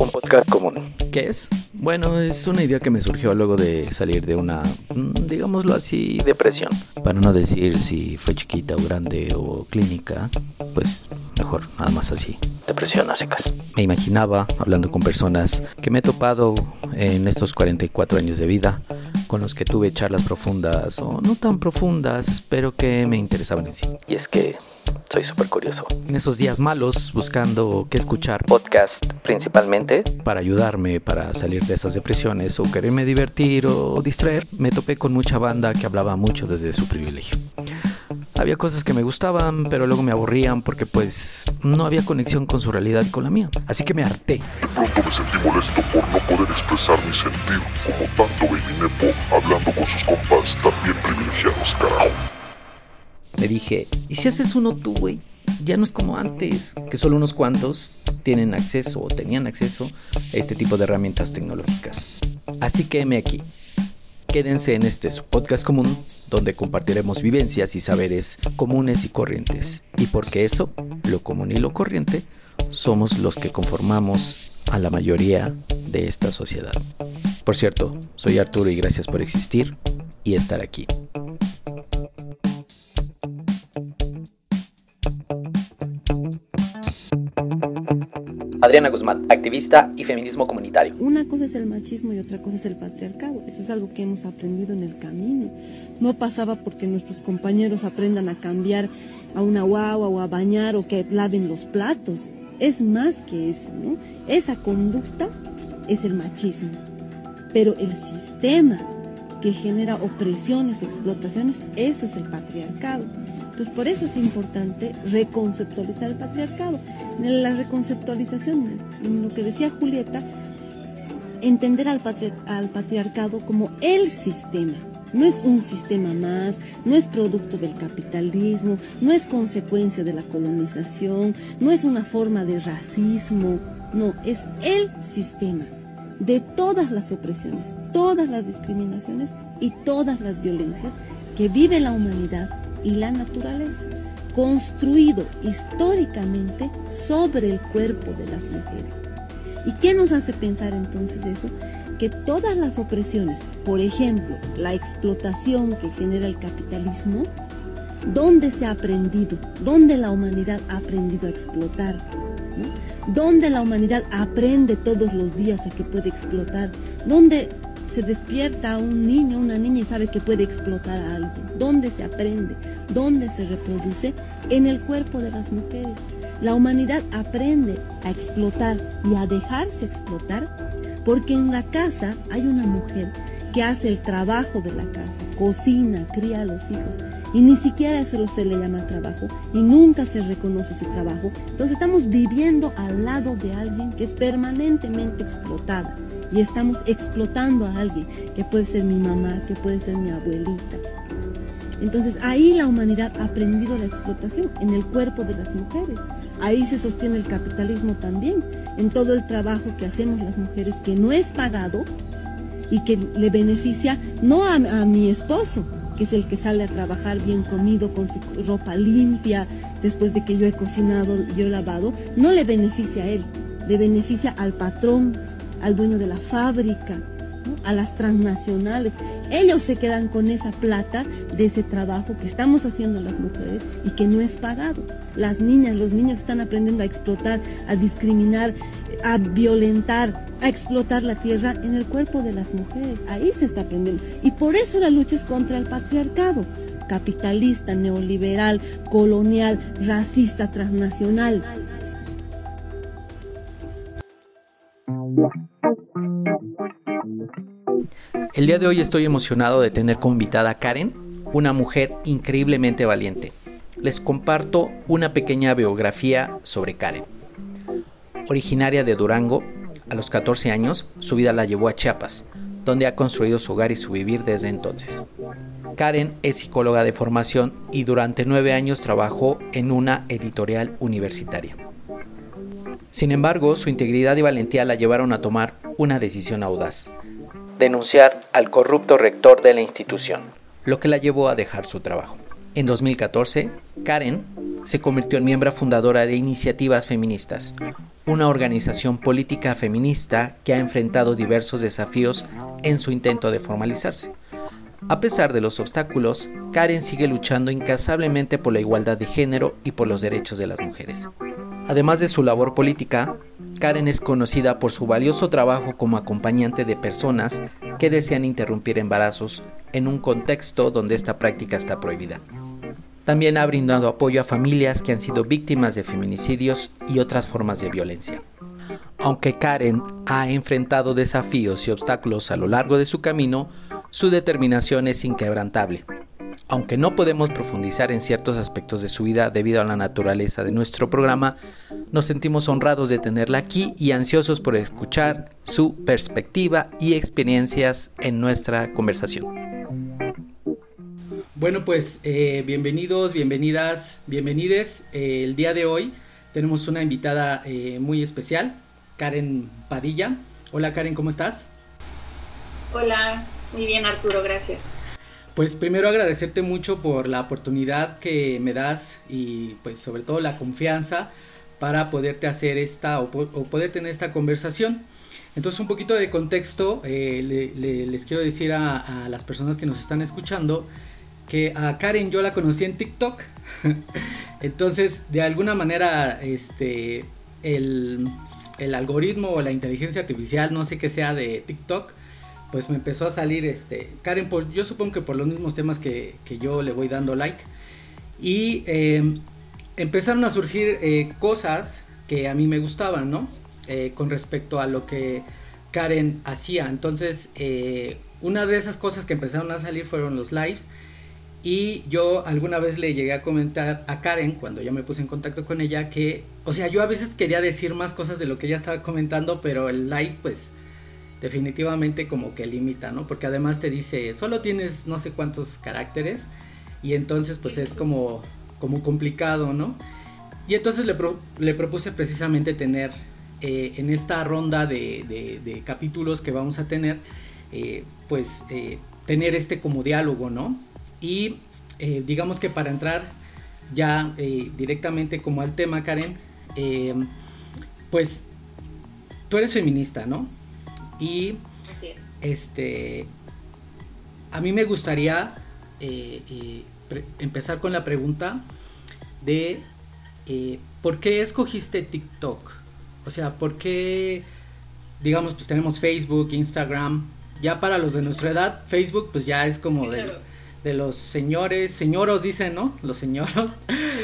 Un podcast común. ¿Qué es? Bueno, es una idea que me surgió luego de salir de una, digámoslo así, depresión. Para no decir si fue chiquita o grande o clínica, pues mejor nada más así. Depresión a secas. Me imaginaba hablando con personas que me he topado en estos 44 años de vida, con los que tuve charlas profundas o no tan profundas, pero que me interesaban en sí. Y es que soy súper curioso. En esos días malos, buscando qué escuchar, Podcast principalmente. para ayudarme para salir de esas depresiones o quererme divertir o distraer, me topé con mucha banda que hablaba mucho desde su privilegio. Había cosas que me gustaban, pero luego me aburrían porque pues no había conexión con su realidad y con la mía. Así que me harté. De pronto me sentí molesto por no poder expresar mi sentir como tanto Baby Nepo hablando con sus compas también privilegiados, carajo. Me dije, ¿y si haces uno tú, güey? Ya no es como antes, que solo unos cuantos tienen acceso o tenían acceso a este tipo de herramientas tecnológicas. Así que heme aquí. Quédense en este su podcast común, donde compartiremos vivencias y saberes comunes y corrientes. Y porque eso, lo común y lo corriente, somos los que conformamos a la mayoría de esta sociedad. Por cierto, soy Arturo y gracias por existir y estar aquí. Adriana Guzmán, activista y feminismo comunitario. Una cosa es el machismo y otra cosa es el patriarcado. Eso es algo que hemos aprendido en el camino. No pasaba porque nuestros compañeros aprendan a cambiar a una guagua o a bañar o que laven los platos. Es más que eso, ¿no? Esa conducta es el machismo. Pero el sistema que genera opresiones, explotaciones, eso es el patriarcado. Entonces, por eso es importante reconceptualizar el patriarcado. En la reconceptualización, en lo que decía Julieta, entender al patriarcado como el sistema. No es un sistema más, no es producto del capitalismo, no es consecuencia de la colonización, no es una forma de racismo, no, es el sistema de todas las opresiones, todas las discriminaciones y todas las violencias que vive la humanidad y la naturaleza, construido históricamente sobre el cuerpo de las mujeres. ¿Y qué nos hace pensar entonces eso? Que todas las opresiones, por ejemplo, la explotación que genera el capitalismo, ¿dónde se ha aprendido? ¿Dónde la humanidad ha aprendido a explotar? ¿No? ¿Dónde la humanidad aprende todos los días a que puede explotar? ¿Dónde se despierta un niño, una niña y sabe que puede explotar a alguien? ¿Dónde se aprende? ¿Dónde se reproduce? En el cuerpo de las mujeres. La humanidad aprende a explotar y a dejarse explotar porque en la casa hay una mujer que hace el trabajo de la casa, cocina, cría a los hijos y ni siquiera eso se le llama trabajo y nunca se reconoce ese trabajo. Entonces estamos viviendo al lado de alguien que es permanentemente explotada. Y estamos explotando a alguien, que puede ser mi mamá, que puede ser mi abuelita. Entonces ahí la humanidad ha aprendido la explotación, en el cuerpo de las mujeres. Ahí se sostiene el capitalismo también, en todo el trabajo que hacemos las mujeres, que no es pagado y que le beneficia no a mi esposo, que es el que sale a trabajar bien comido, con su ropa limpia, después de que yo he cocinado, yo he lavado, no le beneficia a él, le beneficia al patrón, al dueño de la fábrica, ¿no? A las transnacionales. Ellos se quedan con esa plata de ese trabajo que estamos haciendo las mujeres y que no es pagado. Las niñas, los niños están aprendiendo a explotar, a discriminar, a violentar, a explotar la tierra en el cuerpo de las mujeres. Ahí se está aprendiendo. Y por eso la lucha es contra el patriarcado capitalista, neoliberal, colonial, racista, transnacional. El día de hoy estoy emocionado de tener como invitada a Karen, una mujer increíblemente valiente. Les comparto una pequeña biografía sobre Karen. Originaria de Durango, a los 14 años su vida la llevó a Chiapas, donde ha construido su hogar y su vivir desde entonces. Karen es psicóloga de formación y durante 9 años trabajó en una editorial universitaria. Sin embargo, su integridad y valentía la llevaron a tomar una decisión audaz: denunciar al corrupto rector de la institución, lo que la llevó a dejar su trabajo. En 2014, Karen se convirtió en miembro fundadora de Iniciativas Feministas, una organización política feminista que ha enfrentado diversos desafíos en su intento de formalizarse. A pesar de los obstáculos, Karen sigue luchando incansablemente por la igualdad de género y por los derechos de las mujeres. Además de su labor política, Karen es conocida por su valioso trabajo como acompañante de personas que desean interrumpir embarazos en un contexto donde esta práctica está prohibida. También ha brindado apoyo a familias que han sido víctimas de feminicidios y otras formas de violencia. Aunque Karen ha enfrentado desafíos y obstáculos a lo largo de su camino, su determinación es inquebrantable. Aunque no podemos profundizar en ciertos aspectos de su vida debido a la naturaleza de nuestro programa, nos sentimos honrados de tenerla aquí y ansiosos por escuchar su perspectiva y experiencias en nuestra conversación. Bueno, pues bienvenidos, bienvenidas, bienvenides. El día de hoy tenemos una invitada muy especial, Karen Padilla. Hola Karen, ¿cómo estás? Hola, muy bien Arturo, gracias. Pues primero agradecerte mucho por la oportunidad que me das y pues sobre todo la confianza para poderte hacer o poder tener esta conversación. Entonces un poquito de contexto, les quiero decir a las personas que nos están escuchando que a Karen yo la conocí en TikTok. Entonces de alguna manera el algoritmo o la inteligencia artificial, no sé qué sea de TikTok, pues me empezó a salir Karen, yo supongo que por los mismos temas que yo le voy dando like. Y empezaron a surgir cosas que a mí me gustaban, ¿no? Con respecto a lo que Karen hacía. Entonces, una de esas cosas que empezaron a salir fueron los lives. Y yo alguna vez le llegué a comentar a Karen, cuando ya me puse en contacto con ella, que, o sea, yo a veces quería decir más cosas de lo que ella estaba comentando, pero el live, pues, definitivamente como que limita, ¿no? Porque además te dice, solo tienes no sé cuántos caracteres, y entonces, pues, es como complicado, ¿no? Y entonces le propuse precisamente tener, en esta ronda de capítulos que vamos a tener, tener como diálogo, ¿no? Y digamos que para entrar ya directamente como al tema, Karen, pues tú eres feminista, ¿no? Y a mí me gustaría empezar con la pregunta de ¿por qué escogiste TikTok? O sea, ¿por qué, digamos, pues tenemos Facebook, Instagram? Ya para los de nuestra edad, Facebook pues ya es como de los señoros dicen, ¿no? Los señoros.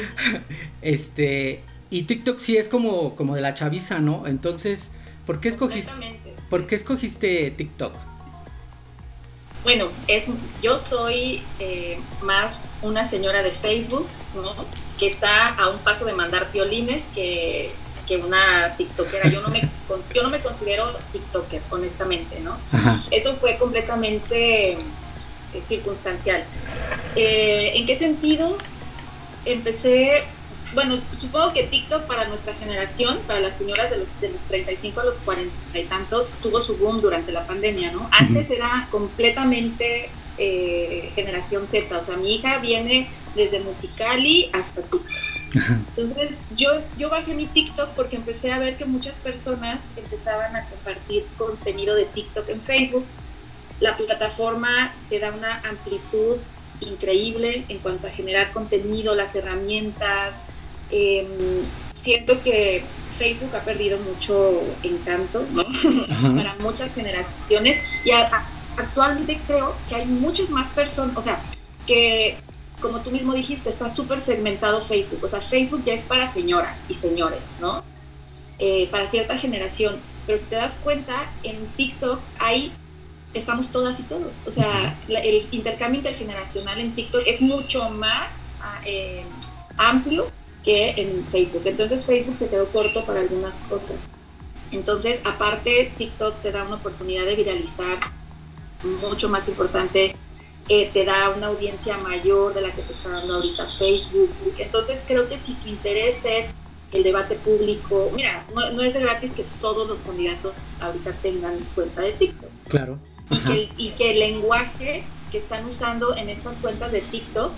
Y TikTok sí es como de la chaviza, ¿no? Entonces, ¿por qué escogiste TikTok? Bueno, yo soy más una señora de Facebook, ¿no? Que está a un paso de mandar violines que una tiktokera. Yo no me considero tiktoker, honestamente, ¿no? Ajá. Eso fue completamente circunstancial. ¿En qué sentido? Empecé, bueno, supongo que TikTok para nuestra generación, para las señoras de los 35 a los 40 y tantos, tuvo su boom durante la pandemia, ¿no? Antes era completamente generación Z, o sea, mi hija viene desde Musical.ly hasta TikTok. Entonces yo bajé mi TikTok porque empecé a ver que muchas personas empezaban a compartir contenido de TikTok en Facebook. La plataforma te da una amplitud increíble en cuanto a generar contenido, las herramientas. Siento que Facebook ha perdido mucho encanto, ¿no? Para muchas generaciones, y actualmente creo que hay muchas más personas, o sea, que como tú mismo dijiste, está súper segmentado Facebook. O sea, Facebook ya es para señoras y señores, ¿no? Para cierta generación. Pero si te das cuenta, en TikTok estamos todas y todos. O sea, el intercambio intergeneracional en TikTok es mucho más amplio que en Facebook. Entonces Facebook se quedó corto para algunas cosas. Entonces, aparte, TikTok te da una oportunidad de viralizar mucho más importante. Te da una audiencia mayor de la que te está dando ahorita Facebook. Entonces creo que si tu interés es el debate público, mira, no es de gratis que todos los candidatos ahorita tengan cuenta de TikTok. Claro. Y que el lenguaje que están usando en estas cuentas de TikTok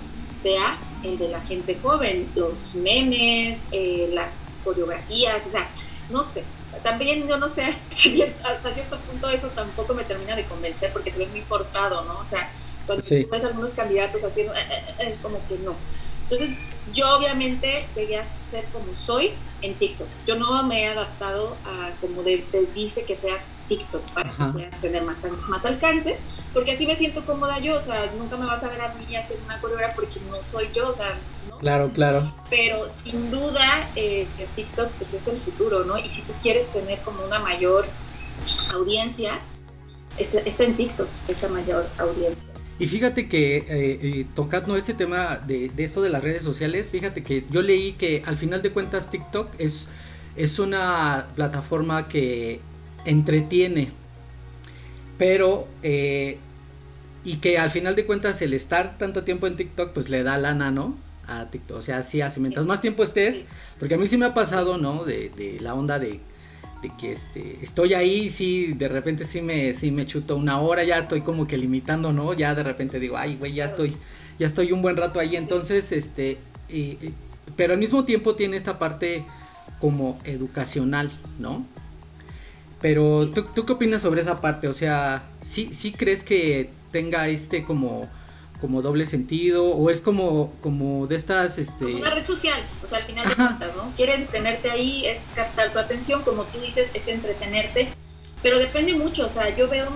sea el de la gente joven, los memes, las coreografías, o sea, no sé. También yo no sé, hasta cierto punto eso tampoco me termina de convencer porque se ve muy forzado, ¿no? O sea, cuando sí. ves algunos candidatos haciendo, como que no. Entonces, yo obviamente llegué a ser como soy en TikTok. Yo no me he adaptado a como te dice que seas TikTok para que puedas tener más alcance, porque así me siento cómoda yo, o sea, nunca me vas a ver a mí hacer una coreografía porque no soy yo, o sea, ¿no? Claro. Pero sin duda TikTok pues es el futuro, ¿no? Y si tú quieres tener como una mayor audiencia, está en TikTok esa mayor audiencia. Y fíjate que tocando ese tema de esto de las redes sociales, fíjate que yo leí que al final de cuentas TikTok es una plataforma que entretiene, pero y que al final de cuentas el estar tanto tiempo en TikTok pues le da lana, ¿no? A TikTok, o sea, sí hace, mientras más tiempo estés, porque a mí sí me ha pasado, ¿no? De la onda de que estoy ahí, sí, de repente sí me chuto una hora, ya estoy como que limitando, ¿no? Ya de repente digo, ay, güey, ya estoy un buen rato ahí, entonces, pero al mismo tiempo tiene esta parte como educacional, ¿no? Pero, ¿tú qué opinas sobre esa parte? O sea, ¿sí crees que tenga como doble sentido, o es como de estas como una red social, o sea, al final de cuentas, ¿no? Quieren tenerte ahí, es captar tu atención, como tú dices, es entretenerte, pero depende mucho, o sea, yo veo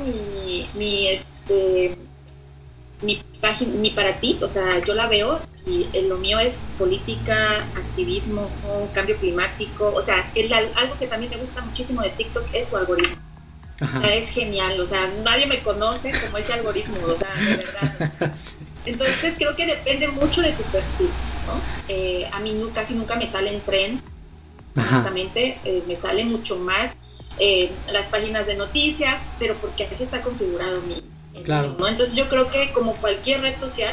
mi página, mi para ti, o sea, yo la veo y lo mío es política, activismo, cambio climático, o sea, algo que también me gusta muchísimo de TikTok es su algoritmo. O sea, es genial, o sea, nadie me conoce como ese algoritmo, o sea, de verdad. Sí. Entonces creo que depende mucho de tu perfil, ¿no? A mí casi nunca me salen trends, honestamente, me sale mucho más las páginas de noticias, pero porque así está configurado claro. ¿no? Entonces yo creo que como cualquier red social,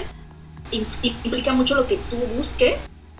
implica mucho lo que tú busques,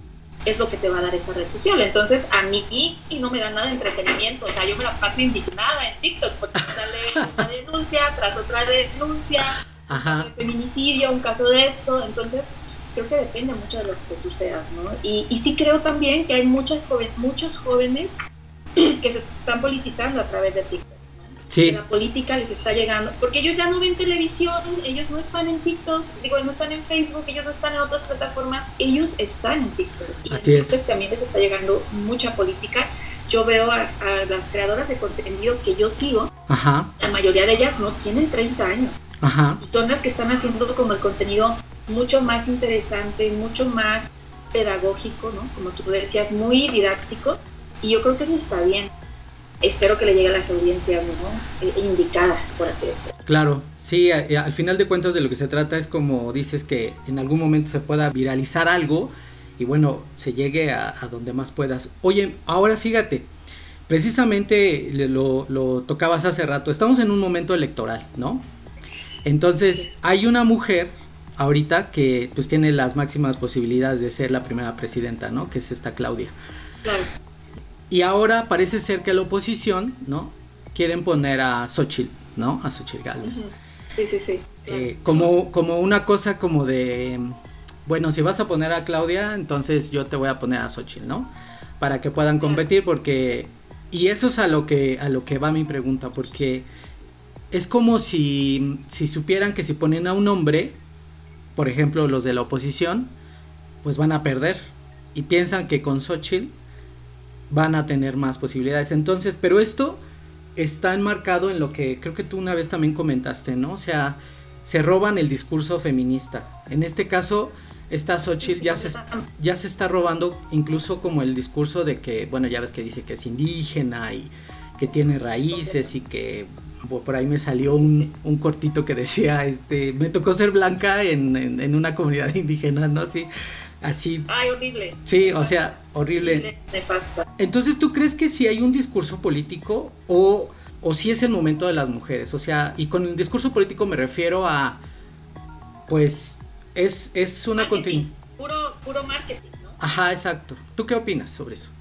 es lo que te va a dar esa red social. Entonces a mí no me da nada de entretenimiento, o sea, yo me la paso indignada en TikTok porque sale una denuncia tras otra denuncia, un caso de feminicidio, un caso de esto. Entonces creo que depende mucho de lo que tú seas, ¿no? Y sí creo también que hay muchos jóvenes que se están politizando a través de TikTok. Sí. La política les está llegando, porque ellos ya no ven televisión, ellos no están en TikTok, no están en Facebook, ellos no están en otras plataformas, ellos están en TikTok. Y así en TikTok también les está llegando mucha política. Yo veo a las creadoras de contenido que yo sigo, la mayoría de ellas no tienen 30 años. Y son las que están haciendo como el contenido mucho más interesante, mucho más pedagógico, ¿no? Como tú decías, muy didáctico, y yo creo que eso está bien. Espero que le llegue a las audiencias, ¿no? Indicadas, por así decirlo. Claro, sí, al final de cuentas de lo que se trata es, como dices, que en algún momento se pueda viralizar algo y bueno, se llegue a donde más puedas. Oye, ahora fíjate, precisamente lo tocabas hace rato, estamos en un momento electoral, ¿no? Entonces hay una mujer ahorita que pues tiene las máximas posibilidades de ser la primera presidenta, ¿no? Que es esta Claudia. Claro. Y ahora parece ser que la oposición, ¿no? Quieren poner a Xóchitl, ¿no? A Xóchitl Gálvez. Sí. Claro. Como una cosa como de, bueno, si vas a poner a Claudia, entonces yo te voy a poner a Xóchitl, ¿no? Para que puedan competir, porque, y eso es a lo que va mi pregunta, porque es como si supieran que si ponen a un hombre, por ejemplo, los de la oposición, pues van a perder, y piensan que con Xóchitl van a tener más posibilidades. Entonces, pero esto está enmarcado en lo que creo que tú una vez también comentaste, ¿no? O sea, se roban el discurso feminista. En este caso, esta Xóchitl ya se está robando incluso como el discurso de que, bueno, ya ves que dice que es indígena y que tiene raíces y que por ahí me salió un cortito que decía, me tocó ser blanca en una comunidad indígena, ¿no? Así. Ay, horrible. Sí, o sea, horrible. Nefasta. Entonces, ¿tú crees que sí hay un discurso político o sí es el momento de las mujeres? O sea, y con el discurso político me refiero a, pues, es una continuidad. Puro marketing, ¿no? Ajá, exacto. ¿Tú qué opinas sobre eso?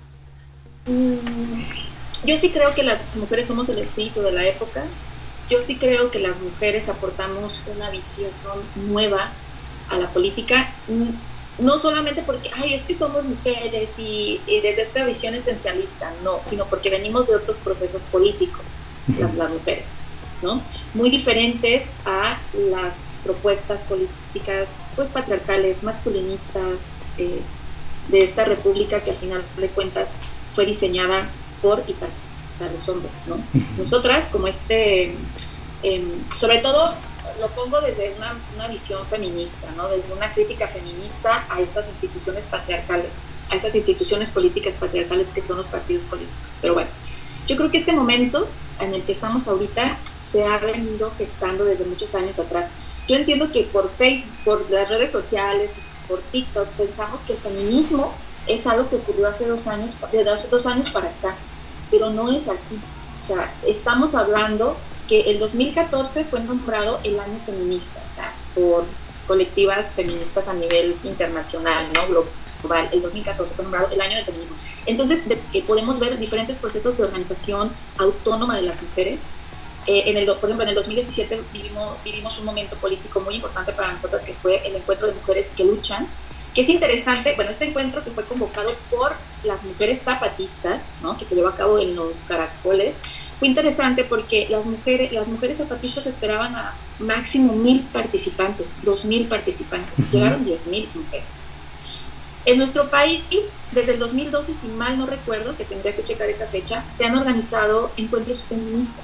Yo sí creo que las mujeres somos el espíritu de la época. Yo sí creo que las mujeres aportamos una visión nueva a la política, no solamente porque, es que somos mujeres y desde esta visión esencialista, no, sino porque venimos de otros procesos políticos, las mujeres, ¿no? Muy diferentes a las propuestas políticas, pues, patriarcales, masculinistas, de esta república que al final de cuentas fue diseñada por y para los hombres, ¿no? Nosotras, como sobre todo lo pongo desde una visión feminista, ¿no? Desde una crítica feminista a estas instituciones patriarcales, a estas instituciones políticas patriarcales que son los partidos políticos. Pero bueno, yo creo que este momento en el que estamos ahorita se ha venido gestando desde muchos años atrás. Yo entiendo que por Facebook, por las redes sociales, por TikTok, pensamos que el feminismo es algo que ocurrió hace 2 años, de hace 2 años para acá, pero no es así. O sea, estamos hablando que el 2014 fue nombrado el año feminista, o sea, por colectivas feministas a nivel internacional, ¿no? Global. El 2014 fue nombrado el año del feminismo. Entonces, podemos ver diferentes procesos de organización autónoma de las mujeres. Por ejemplo, en el 2017 vivimos un momento político muy importante para nosotras, que fue el encuentro de mujeres que luchan, que es interesante. Bueno, este encuentro que fue convocado por las mujeres zapatistas, ¿no? Que se llevó a cabo en Los Caracoles, fue interesante porque las mujeres zapatistas esperaban a máximo 1,000 participantes, 2,000 participantes, llegaron 10,000 mujeres. En nuestro país, desde el 2012, si mal no recuerdo, que tendría que checar esa fecha, se han organizado encuentros feministas.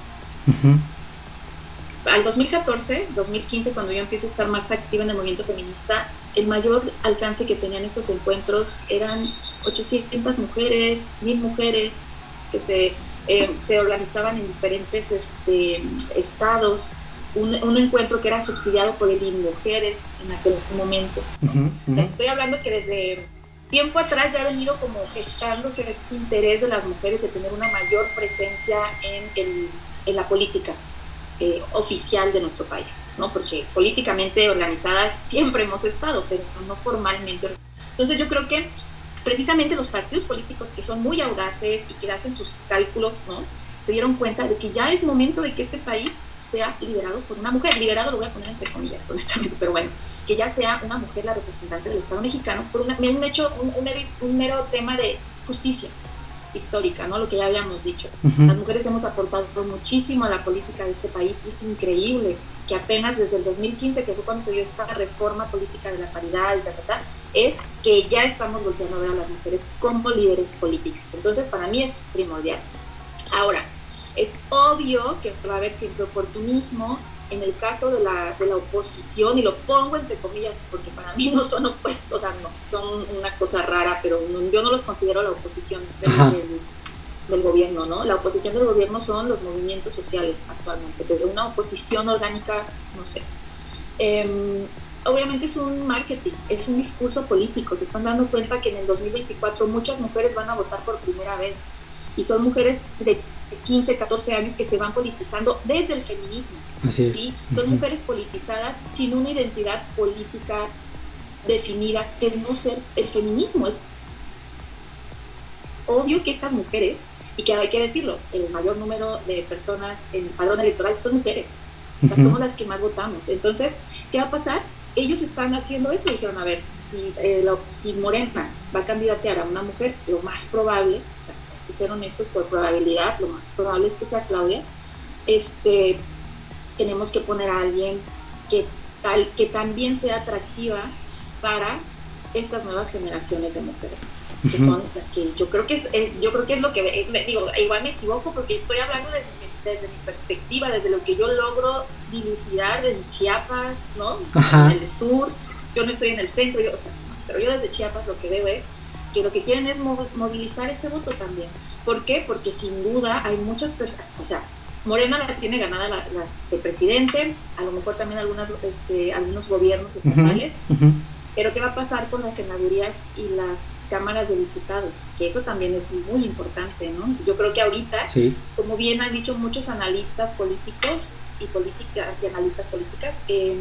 Al 2014, 2015, cuando yo empiezo a estar más activa en el movimiento feminista, el mayor alcance que tenían estos encuentros eran 800 mujeres, 1,000 mujeres, que se organizaban en diferentes estados. Un encuentro que era subsidiado por el INMujeres en aquel momento. O sea, estoy hablando que desde tiempo atrás ya ha venido como gestándose este interés de las mujeres de tener una mayor presencia en la política oficial de nuestro país, ¿no? Porque políticamente organizadas siempre hemos estado, pero no formalmente. Entonces yo creo que precisamente los partidos políticos, que son muy audaces y que hacen sus cálculos, ¿no? Se dieron cuenta de que ya es momento de que este país sea liderado por una mujer. Liderado lo voy a poner entre comillas, honestamente, pero bueno, que ya sea una mujer la representante del Estado mexicano por un mero tema de justicia histórica, ¿no? Lo que ya habíamos dicho. Las mujeres hemos aportado muchísimo a la política de este país, y es increíble que apenas desde el 2015, que fue cuando se dio esta reforma política de la paridad, es que ya estamos volteando a ver a las mujeres como líderes políticas. Entonces, para mí es primordial. Ahora, es obvio que va a haber siempre oportunismo en el caso de la oposición, y lo pongo entre comillas porque para mí no son opuestos, o sea, no, son una cosa rara, pero yo no los considero la oposición del gobierno, ¿no? La oposición del gobierno son los movimientos sociales actualmente, pero una oposición orgánica, no sé. Obviamente es un marketing, es un discurso político. Se están dando cuenta que en el 2024 muchas mujeres van a votar por primera vez, y son mujeres de 15, 14 años que se van politizando desde el feminismo. Así es. ¿Sí? Son mujeres politizadas sin una identidad política definida, que no ser el feminismo. Es obvio que estas mujeres, y que hay que decirlo, el mayor número de personas en el padrón electoral son mujeres, o sea, somos las que más votamos. Entonces, ¿qué va a pasar? Ellos están haciendo eso y dijeron, a ver, si Morena va a candidatear a una mujer, lo más probable, o sea, hay que ser honestos, por probabilidad, lo más probable es que sea Claudia. Tenemos que poner a alguien que también sea atractiva para estas nuevas generaciones de mujeres, que son las que yo creo que es lo que digo. Igual me equivoco porque estoy hablando desde mi perspectiva, desde lo que yo logro dilucidar de Chiapas, ¿no? En el sur. Yo no estoy en el centro, pero yo desde Chiapas lo que veo es que lo que quieren es movilizar ese voto también. ¿Por qué? Porque sin duda hay muchas personas, o sea, Morena la tiene ganada las de presidente, a lo mejor también algunos gobiernos estatales, pero ¿qué va a pasar con las senadurías y las cámaras de diputados? Que eso también es muy importante, ¿no? Yo creo que ahorita, sí, como bien han dicho muchos analistas políticos y analistas políticas,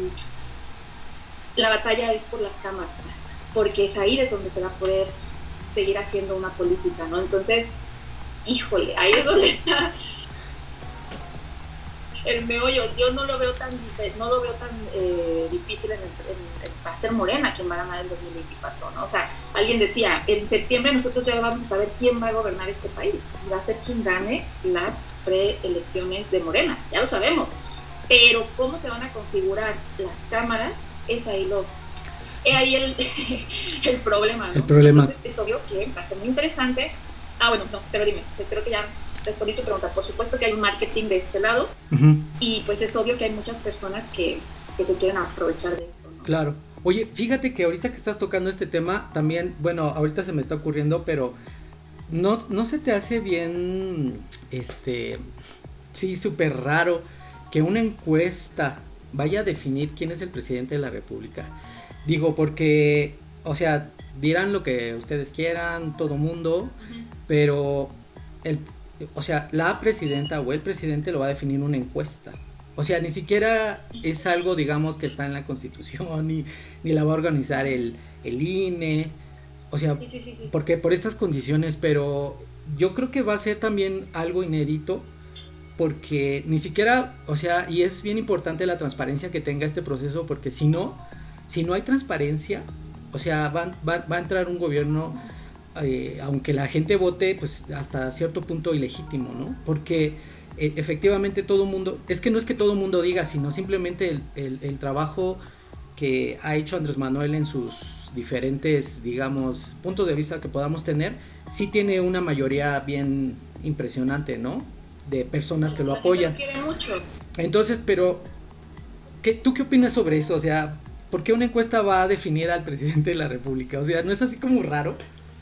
la batalla es por las cámaras, porque es ahí donde se va a poder seguir haciendo una política, ¿no? Entonces, híjole, ahí es donde está. el meollo. Yo no lo veo tan difícil va a ser Morena quien va a ganar el 2024, ¿no? O sea, alguien decía, en septiembre nosotros ya vamos a saber quién va a gobernar este país. Va a ser quien gane las preelecciones de Morena, ya lo sabemos. Pero cómo se van a configurar las cámaras, es ahí el problema, ¿no? El problema. Entonces es obvio que va a ser muy interesante. Bueno, no, pero dime, creo que ya respondí tu pregunta. Por supuesto que hay un marketing de este lado, y pues es obvio que hay muchas personas que se quieren aprovechar de esto, ¿no? Claro. Oye, fíjate que ahorita que estás tocando este tema, también, bueno, ahorita se me está ocurriendo, pero no se te hace bien, sí, súper raro que una encuesta vaya a definir quién es el presidente de la República. Digo, porque, o sea, dirán lo que ustedes quieran, todo mundo, pero la presidenta o el presidente lo va a definir una encuesta. O sea, ni siquiera es algo, digamos, que está en la Constitución, ni la va a organizar el INE, o sea, sí. Porque por estas condiciones, pero yo creo que va a ser también algo inédito, porque ni siquiera, o sea, y es bien importante la transparencia que tenga este proceso, porque si no hay transparencia, o sea, va a entrar un gobierno, aunque la gente vote, pues hasta cierto punto ilegítimo, ¿no? Porque efectivamente todo mundo, es que no es que todo mundo diga, sino simplemente el trabajo que ha hecho Andrés Manuel en sus diferentes, digamos, puntos de vista que podamos tener, sí tiene una mayoría bien impresionante, ¿no? De personas que lo apoyan. Lo quiere mucho. Entonces, pero ¿tú qué opinas sobre eso? O sea, ¿por qué una encuesta va a definir al presidente de la República? O sea, ¿no es así como raro?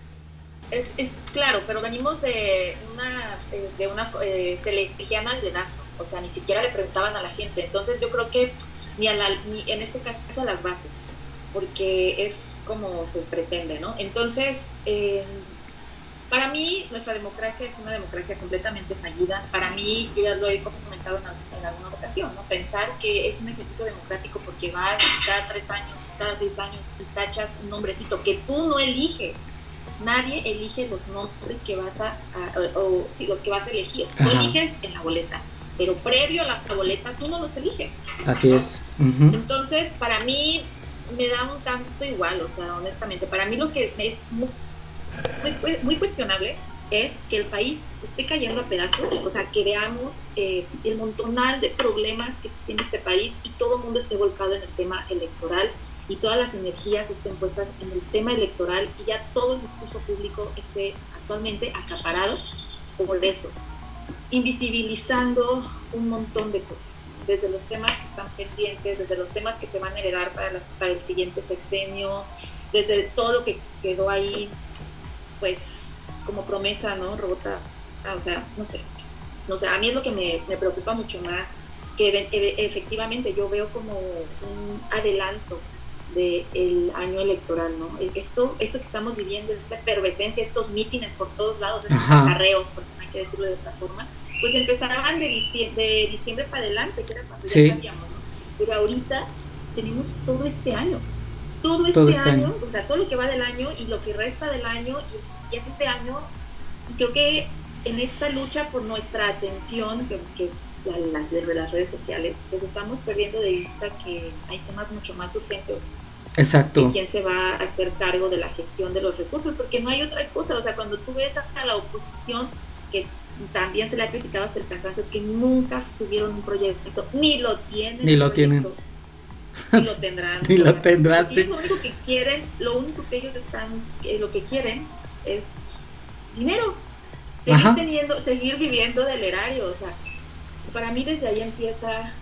Es claro, pero venimos de se le elegían al dedazo, o sea, ni siquiera le preguntaban a la gente. Entonces yo creo que ni en este caso a las bases, porque es como se pretende, ¿no? Entonces, para mí, nuestra democracia es una democracia completamente fallida. Para mí, yo ya lo he comentado en alguna ocasión, ¿no? Pensar que es un ejercicio democrático porque vas cada 3 años, cada 6 años y tachas un nombrecito que tú no eliges. Nadie elige los nombres que vas los que vas a elegir. Tú eliges en la boleta, pero previo a la boleta tú no los eliges. Así, ¿no? Es. Entonces, para mí, me da un tanto igual, o sea, honestamente. Para mí lo que es muy cuestionable es que el país se esté cayendo a pedazos, o sea, que veamos el montonal de problemas que tiene este país y todo el mundo esté volcado en el tema electoral y todas las energías estén puestas en el tema electoral y ya todo el discurso público esté actualmente acaparado por eso, invisibilizando un montón de cosas, desde los temas que están pendientes, desde los temas que se van a heredar para el siguiente sexenio, desde todo lo que quedó ahí, pues, como promesa, ¿no? Rota, o sea, no sé, a mí es lo que me preocupa mucho más, que efectivamente yo veo como un adelanto del año electoral, ¿no? Esto que estamos viviendo, esta efervescencia, estos mítines por todos lados, estos acarreos, porque no hay que decirlo de otra forma, pues empezaban de diciembre para adelante, que era cuando ya sabíamos, ¿no? Pero ahorita tenemos todo este año, o sea, todo lo que va del año y lo que resta del año y el siguiente año, y creo que en esta lucha por nuestra atención, que es las redes sociales, pues estamos perdiendo de vista que hay temas mucho más urgentes. Exacto. De quién se va a hacer cargo de la gestión de los recursos, porque no hay otra cosa. O sea, cuando tú ves a la oposición, que también se le ha criticado hasta el cansancio, que nunca tuvieron un proyecto, ni lo tienen, ni lo tendrán. Ni lo tendrán, sí. Lo único que quieren, lo que quieren es dinero, seguir viviendo del erario. O sea, para mí desde ahí empieza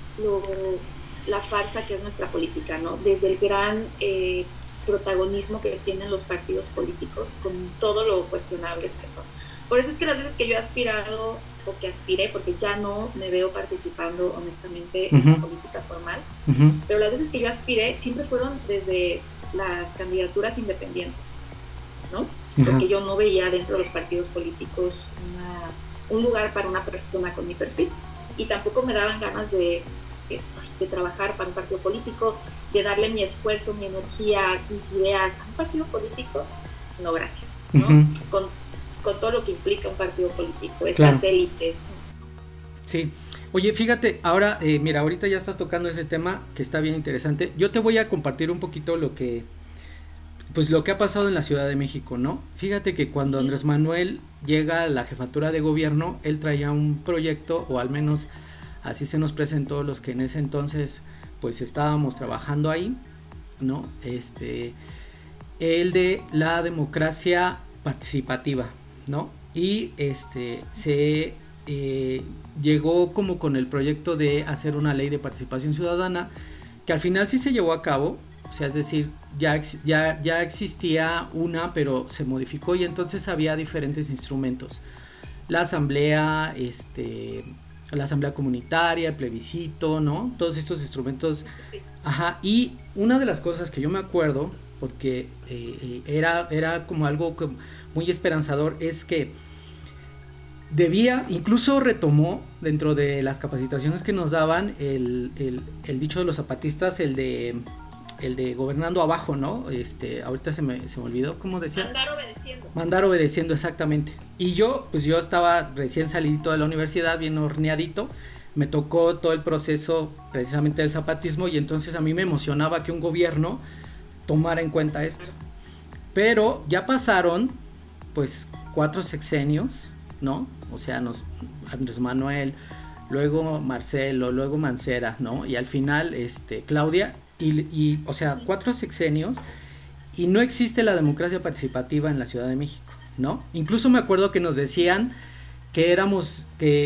la farsa que es nuestra política, ¿no? Desde el gran protagonismo que tienen los partidos políticos, con todo lo cuestionables que son. Por eso es que las veces que yo he aspirado, o que aspiré, porque ya no me veo participando honestamente en la política formal, pero las veces que yo aspiré siempre fueron desde las candidaturas independientes, ¿no? Porque yo no veía dentro de los partidos políticos un lugar para una persona con mi perfil, y tampoco me daban ganas de trabajar para un partido político, de darle mi esfuerzo, mi energía, mis ideas a un partido político. No, gracias, ¿no? Con todo lo que implica un partido político, estas élites. Sí. Oye, fíjate, ahora, mira, ahorita ya estás tocando ese tema que está bien interesante. Yo te voy a compartir un poquito pues lo que ha pasado en la Ciudad de México, ¿no? Fíjate que cuando Andrés Manuel llega a la jefatura de gobierno, él traía un proyecto, o al menos así se nos presentó los que en ese entonces pues estábamos trabajando ahí, ¿no? El de la democracia participativa, ¿no? Y se llegó como con el proyecto de hacer una ley de participación ciudadana, que al final sí se llevó a cabo. O sea, es decir, ya existía una, pero se modificó y entonces había diferentes instrumentos. La asamblea, la asamblea comunitaria, el plebiscito, ¿no? Todos estos instrumentos. Ajá, y una de las cosas que yo me acuerdo, porque era como algo muy esperanzador, es que incluso retomó dentro de las capacitaciones que nos daban el dicho de los zapatistas, el de gobernando abajo, ¿no? Ahorita se me olvidó cómo decía. Mandar obedeciendo, exactamente. Y yo estaba recién salidito de la universidad, bien horneadito. Me tocó todo el proceso precisamente del zapatismo y entonces a mí me emocionaba que un gobierno tomara en cuenta esto. Pero ya pasaron, pues, 4 sexenios, ¿no? O sea, Andrés Manuel, luego Marcelo, luego Mancera, ¿no? Y al final, Claudia... Y, o sea, 4 sexenios y no existe la democracia participativa en la Ciudad de México, ¿no? Incluso me acuerdo que nos decían que éramos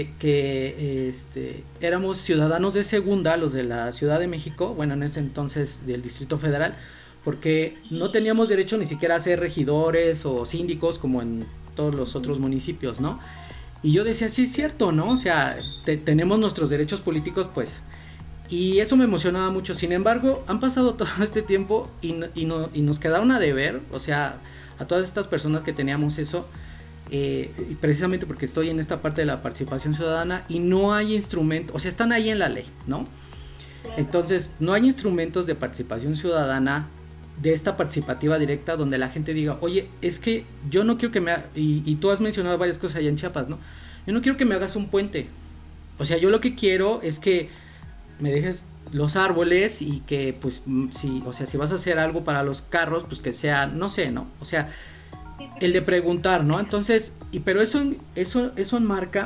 éramos ciudadanos de segunda, los de la Ciudad de México, bueno, en ese entonces del Distrito Federal, porque no teníamos derecho ni siquiera a ser regidores o síndicos como en todos los otros municipios, ¿no? Y yo decía, sí, es cierto, ¿no? O sea, tenemos nuestros derechos políticos, pues... Y eso me emocionaba mucho. Sin embargo, han pasado todo este tiempo y nos quedaron a deber, o sea, a todas estas personas que teníamos eso, precisamente porque estoy en esta parte de la participación ciudadana y no hay instrumentos, o sea, están ahí en la ley, ¿no? Entonces, no hay instrumentos de participación ciudadana, de esta participativa directa, donde la gente diga, oye, es que yo no quiero que y tú has mencionado varias cosas allá en Chiapas, ¿no? Yo no quiero que me hagas un puente. O sea, yo lo que quiero es que me dejes los árboles y que pues si vas a hacer algo para los carros, pues que sea, no sé, ¿no? O sea, el de preguntar, ¿no? Entonces, pero eso enmarca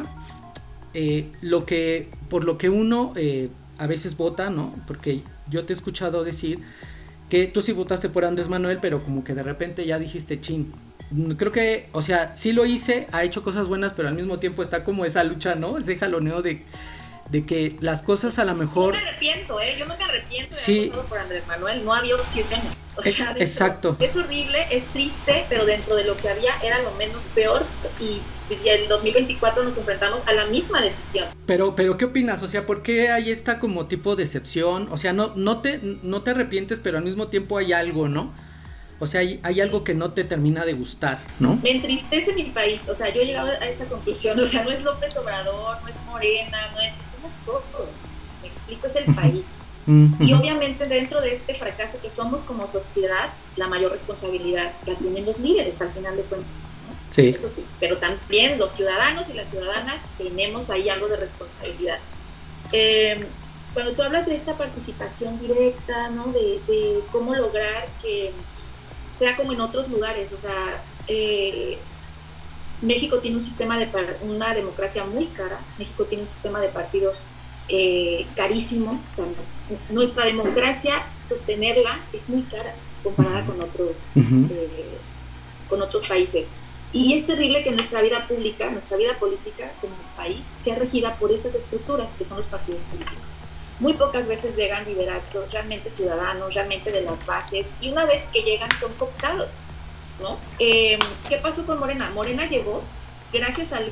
por lo que uno a veces vota, ¿no? Porque yo te he escuchado decir que tú sí votaste por Andrés Manuel, pero como que de repente ya dijiste, chin. Creo que, o sea, sí lo hice, ha hecho cosas buenas, pero al mismo tiempo está como esa lucha, ¿no? Ese jaloneo de que las cosas a lo mejor... Yo no me arrepiento de sí. haber votado por Andrés Manuel, no había opciones. O sea, exacto. Es horrible, es triste, pero dentro de lo que había era lo menos peor y en 2024 nos enfrentamos a la misma decisión. Pero ¿qué opinas? O sea, ¿por qué hay esta como tipo de decepción? O sea, no te arrepientes, pero al mismo tiempo hay algo, ¿no? O sea, hay algo que no te termina de gustar, ¿no? Me entristece mi país, o sea, yo he llegado a esa conclusión, o sea, no es López Obrador, no es Morena, somos todos, me explico, es el país. Y obviamente dentro de este fracaso que somos como sociedad, la mayor responsabilidad la tienen los líderes al final de cuentas, ¿no? Sí. Eso sí, pero también los ciudadanos y las ciudadanas tenemos ahí algo de responsabilidad. Cuando tú hablas de esta participación directa, ¿no? De cómo lograr que sea como en otros lugares, o sea, México tiene un sistema una democracia muy cara, México tiene un sistema de partidos carísimo, o sea, nuestra democracia, sostenerla es muy cara comparada con otros países. Y es terrible que nuestra vida pública, nuestra vida política como país sea regida por esas estructuras que son los partidos políticos. Muy pocas veces llegan liderazgos realmente ciudadanos, realmente de las bases, y una vez que llegan son cooptados, ¿no? ¿Qué pasó con Morena? Morena llegó gracias a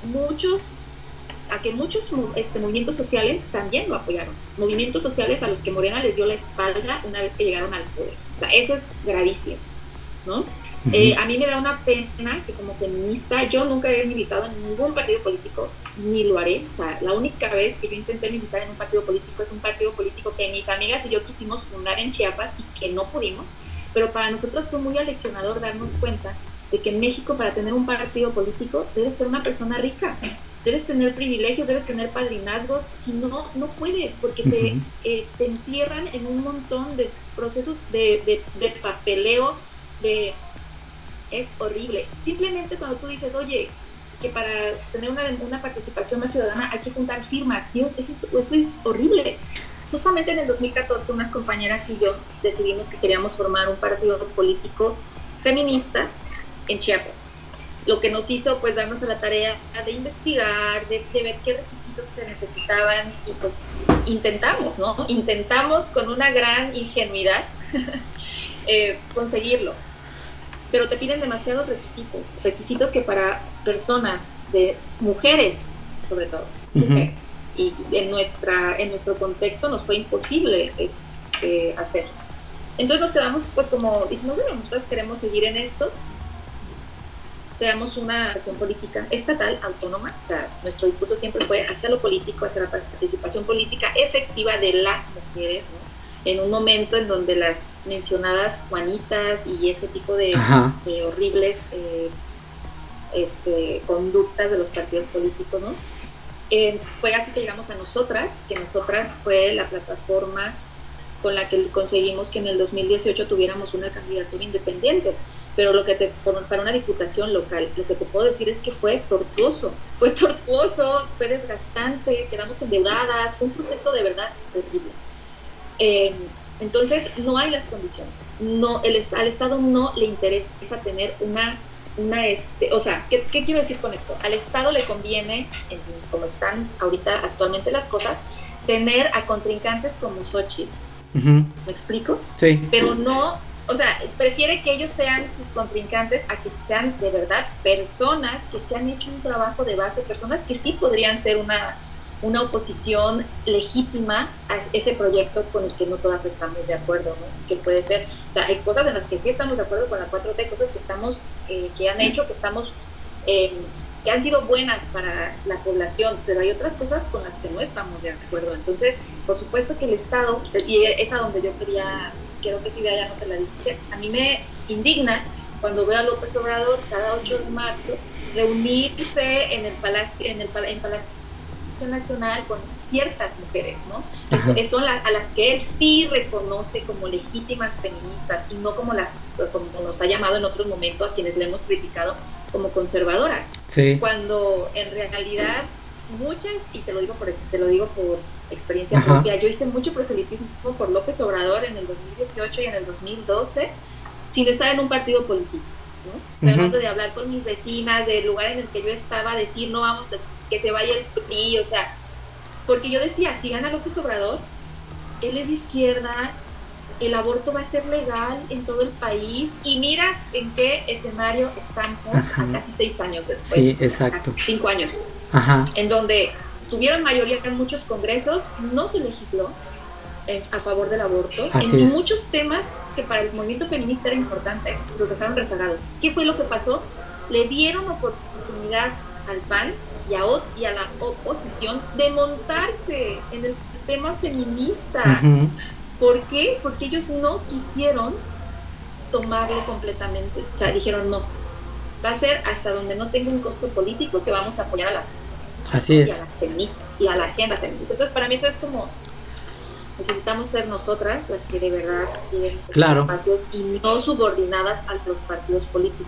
que muchos movimientos sociales también lo apoyaron. Movimientos sociales a los que Morena les dio la espalda una vez que llegaron al poder. O sea, eso es gravísimo, ¿no? A mí me da una pena que como feminista yo nunca he militado en ningún partido político, ni lo haré. O sea, la única vez que yo intenté militar en un partido político es un partido político que mis amigas y yo quisimos fundar en Chiapas y que no pudimos, pero para nosotros fue muy aleccionador darnos cuenta de que en México, para tener un partido político debes ser una persona rica, debes tener privilegios, debes tener padrinazgos, si no, no puedes, porque te entierran en un montón de procesos de papeleo, es horrible. Simplemente cuando tú dices, oye, que para tener una participación más ciudadana hay que juntar firmas, Dios, eso es horrible. Justamente en el 2014 unas compañeras y yo decidimos que queríamos formar un partido político feminista en Chiapas. Lo que nos hizo pues darnos a la tarea de investigar, de ver qué requisitos se necesitaban y pues intentamos, ¿no? Intentamos con una gran ingenuidad conseguirlo. Pero te piden demasiados requisitos que para personas de mujeres, sobre todo, mujeres, y en nuestro contexto nos fue imposible hacer. Entonces nos quedamos pues como, dijimos, bueno, nosotros queremos seguir en esto, seamos una acción política estatal, autónoma, o sea, nuestro discurso siempre fue hacia lo político, hacia la participación política efectiva de las mujeres, ¿no? En un momento en donde las mencionadas Juanitas y este tipo de horribles conductas de los partidos políticos, ¿no? Fue así que llegamos a nosotras, que nosotras fue la plataforma con la que conseguimos que en el 2018 tuviéramos una candidatura independiente. Pero para una diputación local, lo que te puedo decir es que fue tortuoso, fue desgastante, quedamos endeudadas, fue un proceso de verdad terrible. Entonces no hay las condiciones, al Estado no le interesa tener o sea, ¿qué quiero decir con esto? Al Estado le conviene, como están ahorita actualmente las cosas, tener a contrincantes como Xochitl. ¿Me explico? Sí. Pero no, o sea, prefiere que ellos sean sus contrincantes a que sean de verdad personas que se han hecho un trabajo de base, personas que sí podrían ser una oposición legítima a ese proyecto con el que no todas estamos de acuerdo, ¿no? Que puede ser, o sea, hay cosas en las que sí estamos de acuerdo con la 4T, cosas que han hecho, que han sido buenas para la población, pero hay otras cosas con las que no estamos de acuerdo. Entonces, por supuesto que el Estado, y es a donde yo quiero que esa idea ya no te la dije, a mí me indigna cuando veo a López Obrador cada 8 de marzo reunirse en Palacio Nacional con ciertas mujeres, ¿no? Son a las que él sí reconoce como legítimas feministas y no como nos ha llamado en otros momentos a quienes le hemos criticado como conservadoras. Sí. Cuando en realidad muchas, y te lo digo por experiencia propia, yo hice mucho proselitismo por López Obrador en el 2018 y en el 2012 sin estar en un partido político, ¿no? Estoy hablando de hablar con mis vecinas, del lugar en el que yo estaba, decir no vamos a que se vaya el PRI, o sea, porque yo decía, si gana López Obrador, él es de izquierda, el aborto va a ser legal en todo el país, y mira en qué escenario estamos a casi 6 años después. Sí, exacto. Casi 5 años. En donde tuvieron mayoría en muchos congresos, no se legisló a favor del aborto, y muchos temas que para el movimiento feminista era importante, los dejaron rezagados. ¿Qué fue lo que pasó? Le dieron oportunidad al PAN y a la oposición de montarse en el tema feminista. ¿Por qué? Porque ellos no quisieron tomarlo completamente. O sea, dijeron no, va a ser hasta donde no tenga un costo político que vamos a apoyar a las feministas y a la agenda feminista. Entonces para mí eso es como, necesitamos ser nosotras las que de verdad queremos espacios y no subordinadas a los partidos políticos.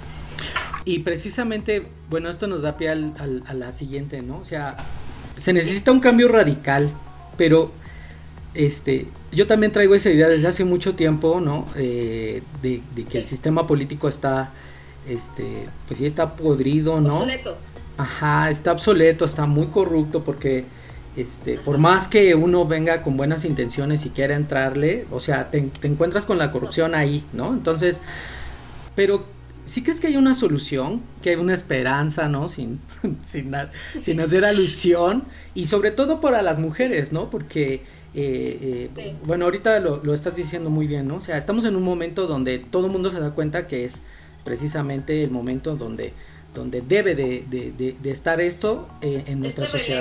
Y precisamente, bueno, esto nos da pie a la siguiente, ¿no? O sea, se necesita un cambio radical, pero yo también traigo esa idea desde hace mucho tiempo, ¿no? De que el sistema político está, pues sí está podrido, ¿no? Obsoleto. Está obsoleto, está muy corrupto, porque por más que uno venga con buenas intenciones y quiera entrarle, o sea, te encuentras con la corrupción ahí, ¿no? Entonces, pero ¿sí crees que hay una solución? Que hay una esperanza, ¿no? Sin hacer alusión. Y sobre todo para las mujeres, ¿no? Porque, bueno, ahorita lo estás diciendo muy bien, ¿no? O sea, estamos en un momento donde todo el mundo se da cuenta que es precisamente el momento donde debe de estar esto en nuestra sociedad.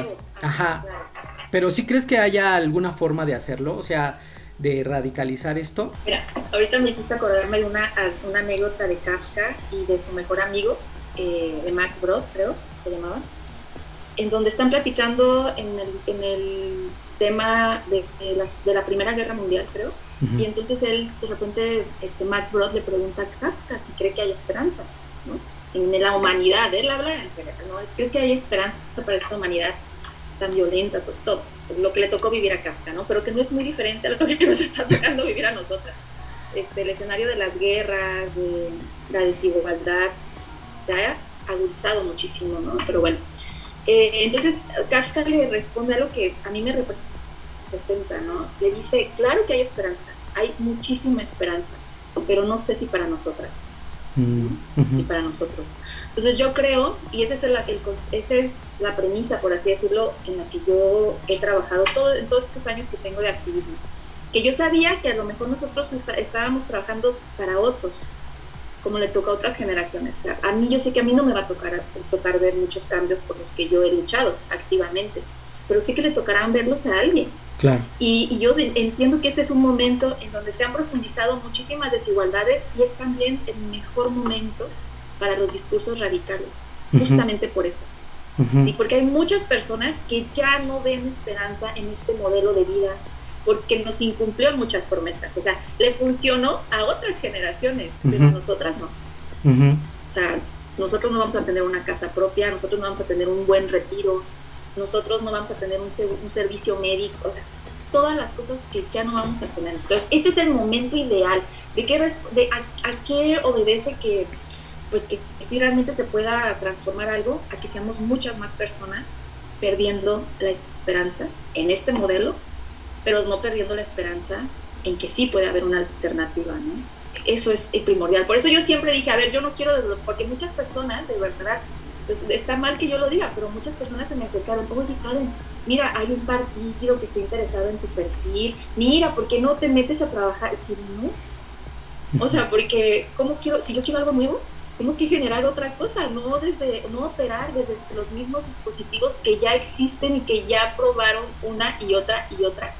Pero ¿sí crees que haya alguna forma de hacerlo? O sea, de radicalizar esto. Mira, ahorita me hiciste acordarme de una anécdota de Kafka y de su mejor amigo, de Max Brod, creo, se llamaba, en donde están platicando en el tema de la Primera Guerra Mundial, creo. Y entonces él, de repente, Max Brod le pregunta a Kafka si cree que hay esperanza, ¿no? En la humanidad. Él habla en general, ¿no? ¿Crees que hay esperanza para esta humanidad tan violenta, todo? Lo que le tocó vivir a Kafka, ¿no? Pero que no es muy diferente a lo que nos está tocando vivir a nosotras. El escenario de las guerras, de la desigualdad, se ha agudizado muchísimo, ¿no? Pero bueno, entonces Kafka le responde algo que a mí me representa, ¿no? Le dice, claro que hay esperanza, hay muchísima esperanza, pero no sé si para nosotras y para nosotros. Entonces yo creo, y esa es la premisa, por así decirlo, en la que yo he trabajado en todos estos años que tengo de activismo, que yo sabía que a lo mejor nosotros estábamos trabajando para otros, como le toca a otras generaciones. O sea, a mí, yo sé que a mí no me va a tocar ver muchos cambios por los que yo he luchado activamente, pero sí que le tocarán verlos a alguien. Claro. Y yo entiendo que este es un momento en donde se han profundizado muchísimas desigualdades y es también el mejor momento para los discursos radicales, justamente por eso. Sí, porque hay muchas personas que ya no ven esperanza en este modelo de vida, porque nos incumplió muchas promesas. O sea, le funcionó a otras generaciones, pero nosotras no. O sea, nosotros no vamos a tener una casa propia, nosotros no vamos a tener un buen retiro, nosotros no vamos a tener un servicio médico, o sea, todas las cosas que ya no vamos a tener. Entonces, este es el momento ideal. ¿A qué obedece que si realmente se pueda transformar algo? A que seamos muchas más personas perdiendo la esperanza en este modelo, pero no perdiendo la esperanza en que sí puede haber una alternativa, ¿no? Eso es primordial. Por eso yo siempre dije, a ver, yo no quiero porque muchas personas, de verdad, pues, está mal que yo lo diga, pero muchas personas se me acercaron, oye, Karen, mira, hay un partido que está interesado en tu perfil, mira, ¿por qué no te metes a trabajar? Y dije, no, o sea, porque, si yo quiero algo nuevo, tengo que generar otra cosa, no operar desde los mismos dispositivos que ya existen y que ya probaron una y otra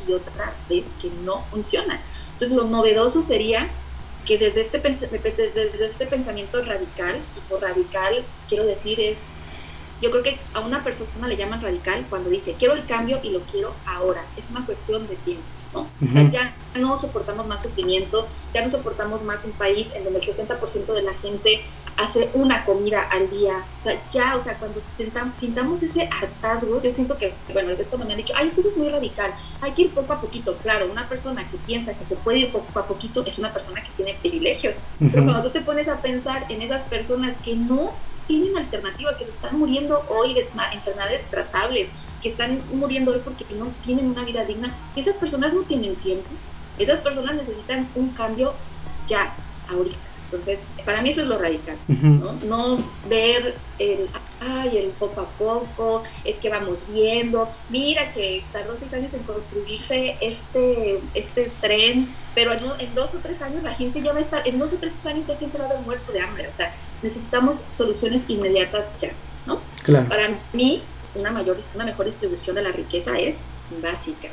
vez que no funcionan. Entonces lo novedoso sería que desde este pensamiento radical, y por radical quiero decir yo creo que a una persona le llaman radical cuando dice, quiero el cambio y lo quiero ahora, es una cuestión de tiempo, ¿no? O sea, ya no soportamos más sufrimiento, ya no soportamos más un país en donde el 60% de la gente hace una comida al día, o sea, cuando sintamos ese hartazgo, yo siento que, bueno, es cuando me han dicho, ay, esto es muy radical, hay que ir poco a poquito. Claro, una persona que piensa que se puede ir poco a poquito es una persona que tiene privilegios, pero cuando tú te pones a pensar en esas personas que no tienen alternativa, que se están muriendo hoy de enfermedades tratables, que están muriendo hoy porque no tienen una vida digna, esas personas no tienen tiempo, esas personas necesitan un cambio ya, ahorita. Entonces, para mí eso es lo radical, ¿no? No ver el poco a poco, es que vamos viendo, mira que tardó 6 años en construirse este tren, pero en 2 o 3 años la gente ya va a estar, en 2 o 3 años ya gente va a haber muerto de hambre, o sea, necesitamos soluciones inmediatas ya, ¿no? Claro. Para mí, una mejor distribución de la riqueza es básica,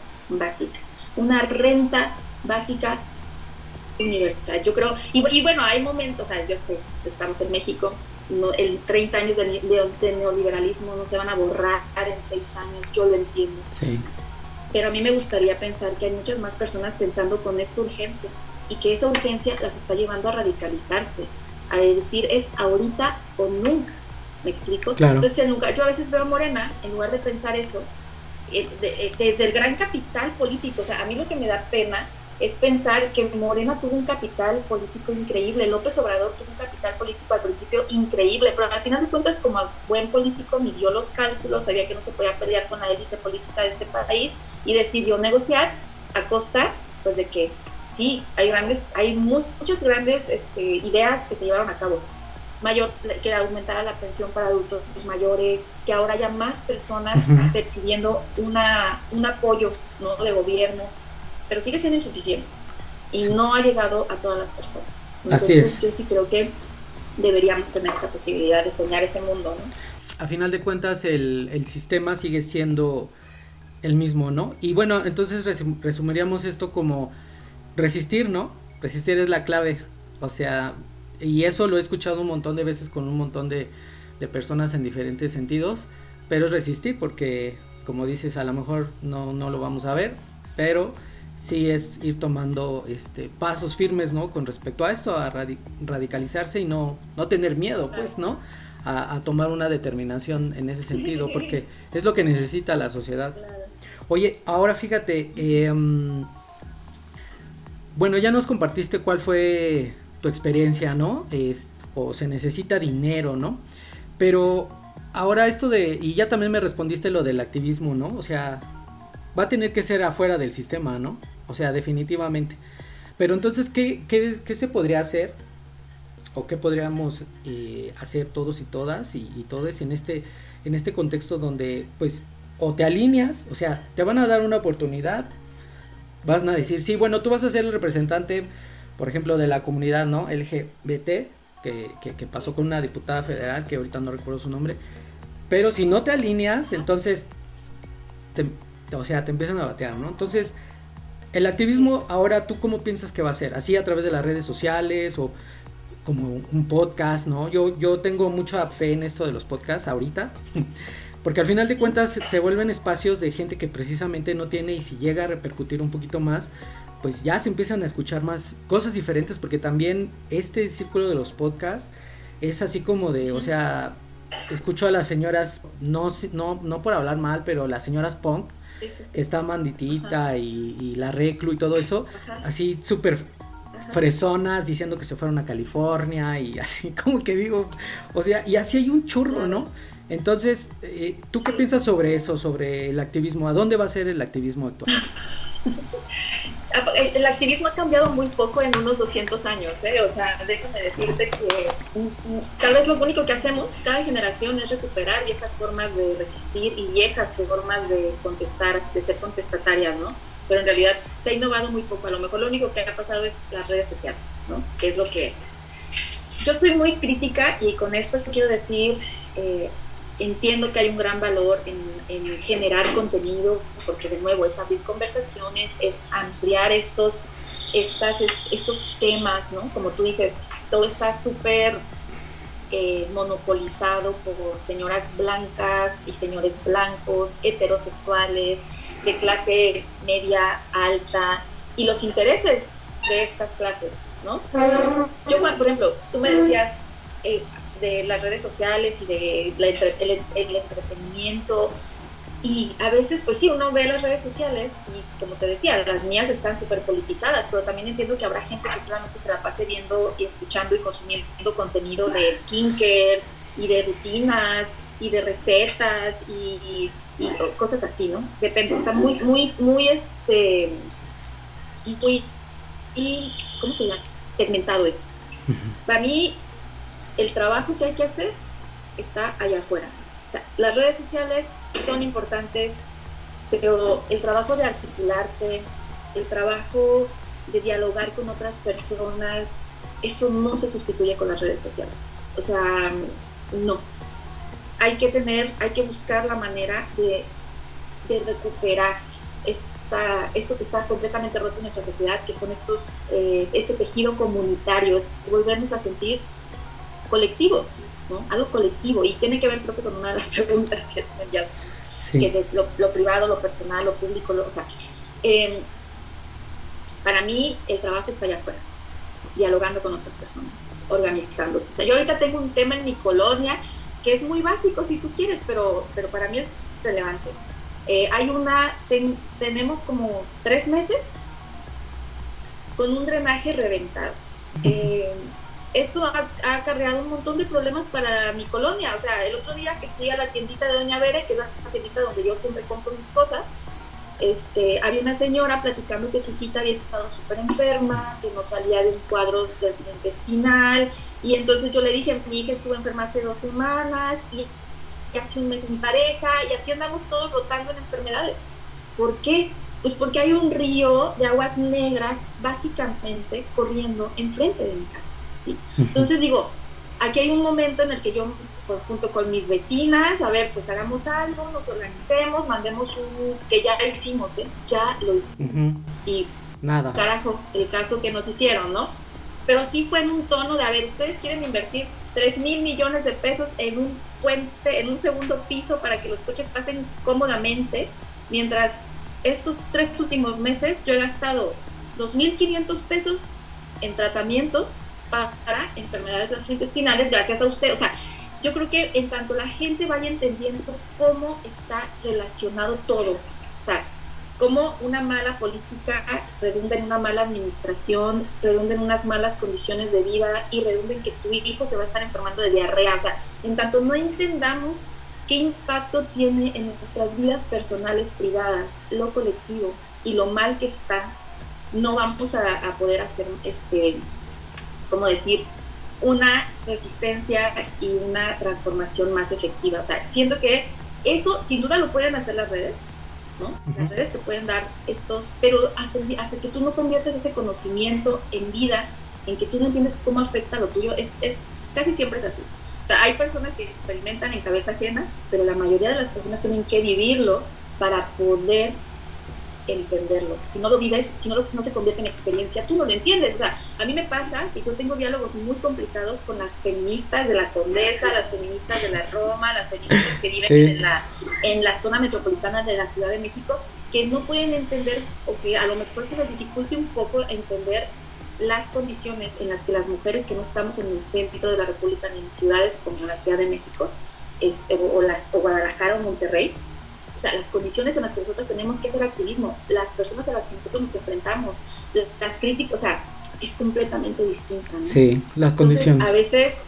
una renta básica universal. O sea, yo creo, y bueno, hay momentos, o sea, yo sé, estamos en México, el 30 años de neoliberalismo no se van a borrar en 6 años, yo lo entiendo. Sí. Pero a mí me gustaría pensar que hay muchas más personas pensando con esta urgencia, y que esa urgencia las está llevando a radicalizarse, a decir, es ahorita o nunca. ¿Me explico? Claro. Entonces, yo a veces veo a Morena, en lugar de pensar eso, desde el gran capital político. O sea, a mí lo que me da pena es pensar que Morena tuvo un capital político increíble, López Obrador tuvo un capital político al principio increíble, pero al final de cuentas, como buen político, midió los cálculos, sabía que no se podía pelear con la élite política de este país y decidió negociar a costa, pues, de que sí, hay muchas grandes ideas que se llevaron a cabo. Que aumentara la pensión para adultos mayores, que ahora haya más personas percibiendo un apoyo, ¿no?, de gobierno, pero sigue siendo insuficiente y no ha llegado a todas las personas. Entonces, yo sí creo que deberíamos tener esa posibilidad de soñar ese mundo, ¿no? A final de cuentas, el sistema sigue siendo el mismo, ¿no? Y bueno, entonces resumiríamos esto como resistir, ¿no? Resistir es la clave, o sea, y eso lo he escuchado un montón de veces con un montón de personas en diferentes sentidos. pero es resistir porque, como dices, a lo mejor no lo vamos a ver, pero sí es ir tomando pasos firmes, ¿no? Con respecto a esto, a radicalizarse y no tener miedo, pues, ¿no? A tomar una determinación en ese sentido, porque es lo que necesita la sociedad. Oye, ahora fíjate, bueno, ya nos compartiste cuál fue tu experiencia, ¿no? O se necesita dinero, ¿no? Pero ahora y ya también me respondiste lo del activismo, ¿no? O sea, va a tener que ser afuera del sistema, ¿no? O sea, definitivamente. Pero entonces, ¿qué se podría hacer? ¿O qué podríamos hacer todos y todas y todos en este contexto donde, pues, o te alineas, o sea, te van a dar una oportunidad, vas a decir, sí, bueno, tú vas a ser el representante, por ejemplo, de la comunidad, ¿no? LGBT, que pasó con una diputada federal, que ahorita no recuerdo su nombre, pero si no te alineas, entonces, te empiezan a batear, ¿no? Entonces, el activismo, ahora, ¿tú cómo piensas que va a ser? ¿Así a través de las redes sociales o como un podcast, ¿no? Yo tengo mucha fe en esto de los podcasts ahorita, porque al final de cuentas se vuelven espacios de gente que precisamente no tiene, y si llega a repercutir un poquito más, pues ya se empiezan a escuchar más cosas diferentes, porque también este círculo de los podcasts es así como de, o sea, escucho a las señoras, no por hablar mal, pero las señoras punk, que está Manditita y la Reclu y todo eso, así súper fresonas diciendo que se fueron a California y así como que digo, o sea, y así hay un churro, ¿no? Entonces, ¿tú qué piensas sobre eso, sobre el activismo? ¿A dónde va a ser el activismo actual? El activismo ha cambiado muy poco en unos 200 años, ¿eh? O sea, déjame decirte que tal vez lo único que hacemos cada generación es recuperar viejas formas de resistir y viejas formas de contestar, de ser contestatarias, ¿no? Pero en realidad se ha innovado muy poco. A lo mejor lo único que ha pasado es las redes sociales, ¿no? Que es lo que... Yo soy muy crítica, y con esto quiero decir, entiendo que hay un gran valor en generar contenido, porque de nuevo es abrir conversaciones, es ampliar estos temas, ¿no? Como tú dices, todo está súper monopolizado por señoras blancas y señores blancos, heterosexuales, de clase media, alta, y los intereses de estas clases, ¿no? Yo, por ejemplo, tú me decías de las redes sociales y de el entretenimiento, y a veces, pues sí, uno ve las redes sociales y, como te decía, las mías están súper politizadas, pero también entiendo que habrá gente que solamente se la pase viendo y escuchando y consumiendo contenido de skincare y de rutinas y de recetas y cosas así, ¿no? Depende, está muy, ¿cómo se llama? Segmentado esto. Para mí, el trabajo que hay que hacer está allá afuera. O sea, las redes sociales son importantes, pero el trabajo de articularte, el trabajo de dialogar con otras personas, eso no se sustituye con las redes sociales. O sea, no. Hay que buscar la manera de recuperar esto que está completamente roto en nuestra sociedad, que son ese tejido comunitario, volvernos a sentir colectivos, ¿no? Algo colectivo, y tiene que ver, creo que, con una de las preguntas que me enviaste, sí, que es lo privado, lo personal, lo público, para mí el trabajo está allá afuera, dialogando con otras personas, organizando. O sea, yo ahorita tengo un tema en mi colonia que es muy básico si tú quieres, pero para mí es relevante. Tenemos como 3 meses con un drenaje reventado. Esto ha acarreado un montón de problemas para mi colonia. O sea, el otro día que fui a la tiendita de Doña Bere, que es la tiendita donde yo siempre compro mis cosas, había una señora platicando que su hijita había estado súper enferma, que no salía de un cuadro gastrointestinal, y entonces yo le dije, mi hija estuvo enferma hace 2 semanas, y hace un mes en pareja, y así andamos todos rotando en enfermedades. ¿Por qué? Pues porque hay un río de aguas negras, básicamente, corriendo enfrente de mi casa, ¿sí? Entonces digo, aquí hay un momento en el que yo, junto con mis vecinas, a ver, pues hagamos algo, nos organicemos, mandemos que ya hicimos, ya lo hicimos. Y nada. Carajo, el caso que nos hicieron, ¿no? Pero sí fue en un tono de, a ver, ustedes quieren invertir 3,000 millones de pesos en un puente, en un segundo piso para que los coches pasen cómodamente, mientras estos 3 últimos meses yo he gastado 2,500 pesos en tratamientos para enfermedades gastrointestinales gracias a usted. O sea, yo creo que en tanto la gente vaya entendiendo cómo está relacionado todo, o sea, cómo una mala política redunda en una mala administración, redunda en unas malas condiciones de vida y redunda en que tu hijo se va a estar enfermando de diarrea. O sea, en tanto no entendamos qué impacto tiene en nuestras vidas personales, privadas, lo colectivo y lo mal que está, no vamos a poder hacer, ¿cómo decir?, una resistencia y una transformación más efectiva. O sea, siento que eso sin duda lo pueden hacer las redes, ¿no? Las redes te pueden dar estos, pero hasta que tú no conviertes ese conocimiento en vida, en que tú no entiendes cómo afecta lo tuyo, es casi siempre es así. O sea, hay personas que experimentan en cabeza ajena, pero la mayoría de las personas tienen que vivirlo para poder entenderlo. Si no lo vives, si no se convierte en experiencia, tú no lo entiendes. O sea, a mí me pasa que yo tengo diálogos muy complicados con las feministas de la Condesa, las feministas de la Roma, las feministas que viven en la zona metropolitana de la Ciudad de México, que no pueden entender, o que a lo mejor se les dificulte un poco entender las condiciones en las que las mujeres que no estamos en el centro de la República ni en ciudades como la Ciudad de México, o Guadalajara o Monterrey, o sea, las condiciones en las que nosotros tenemos que hacer activismo, las personas a las que nosotros nos enfrentamos, las críticas, o sea, es completamente distinta, ¿no? Sí, las condiciones. Entonces, a veces,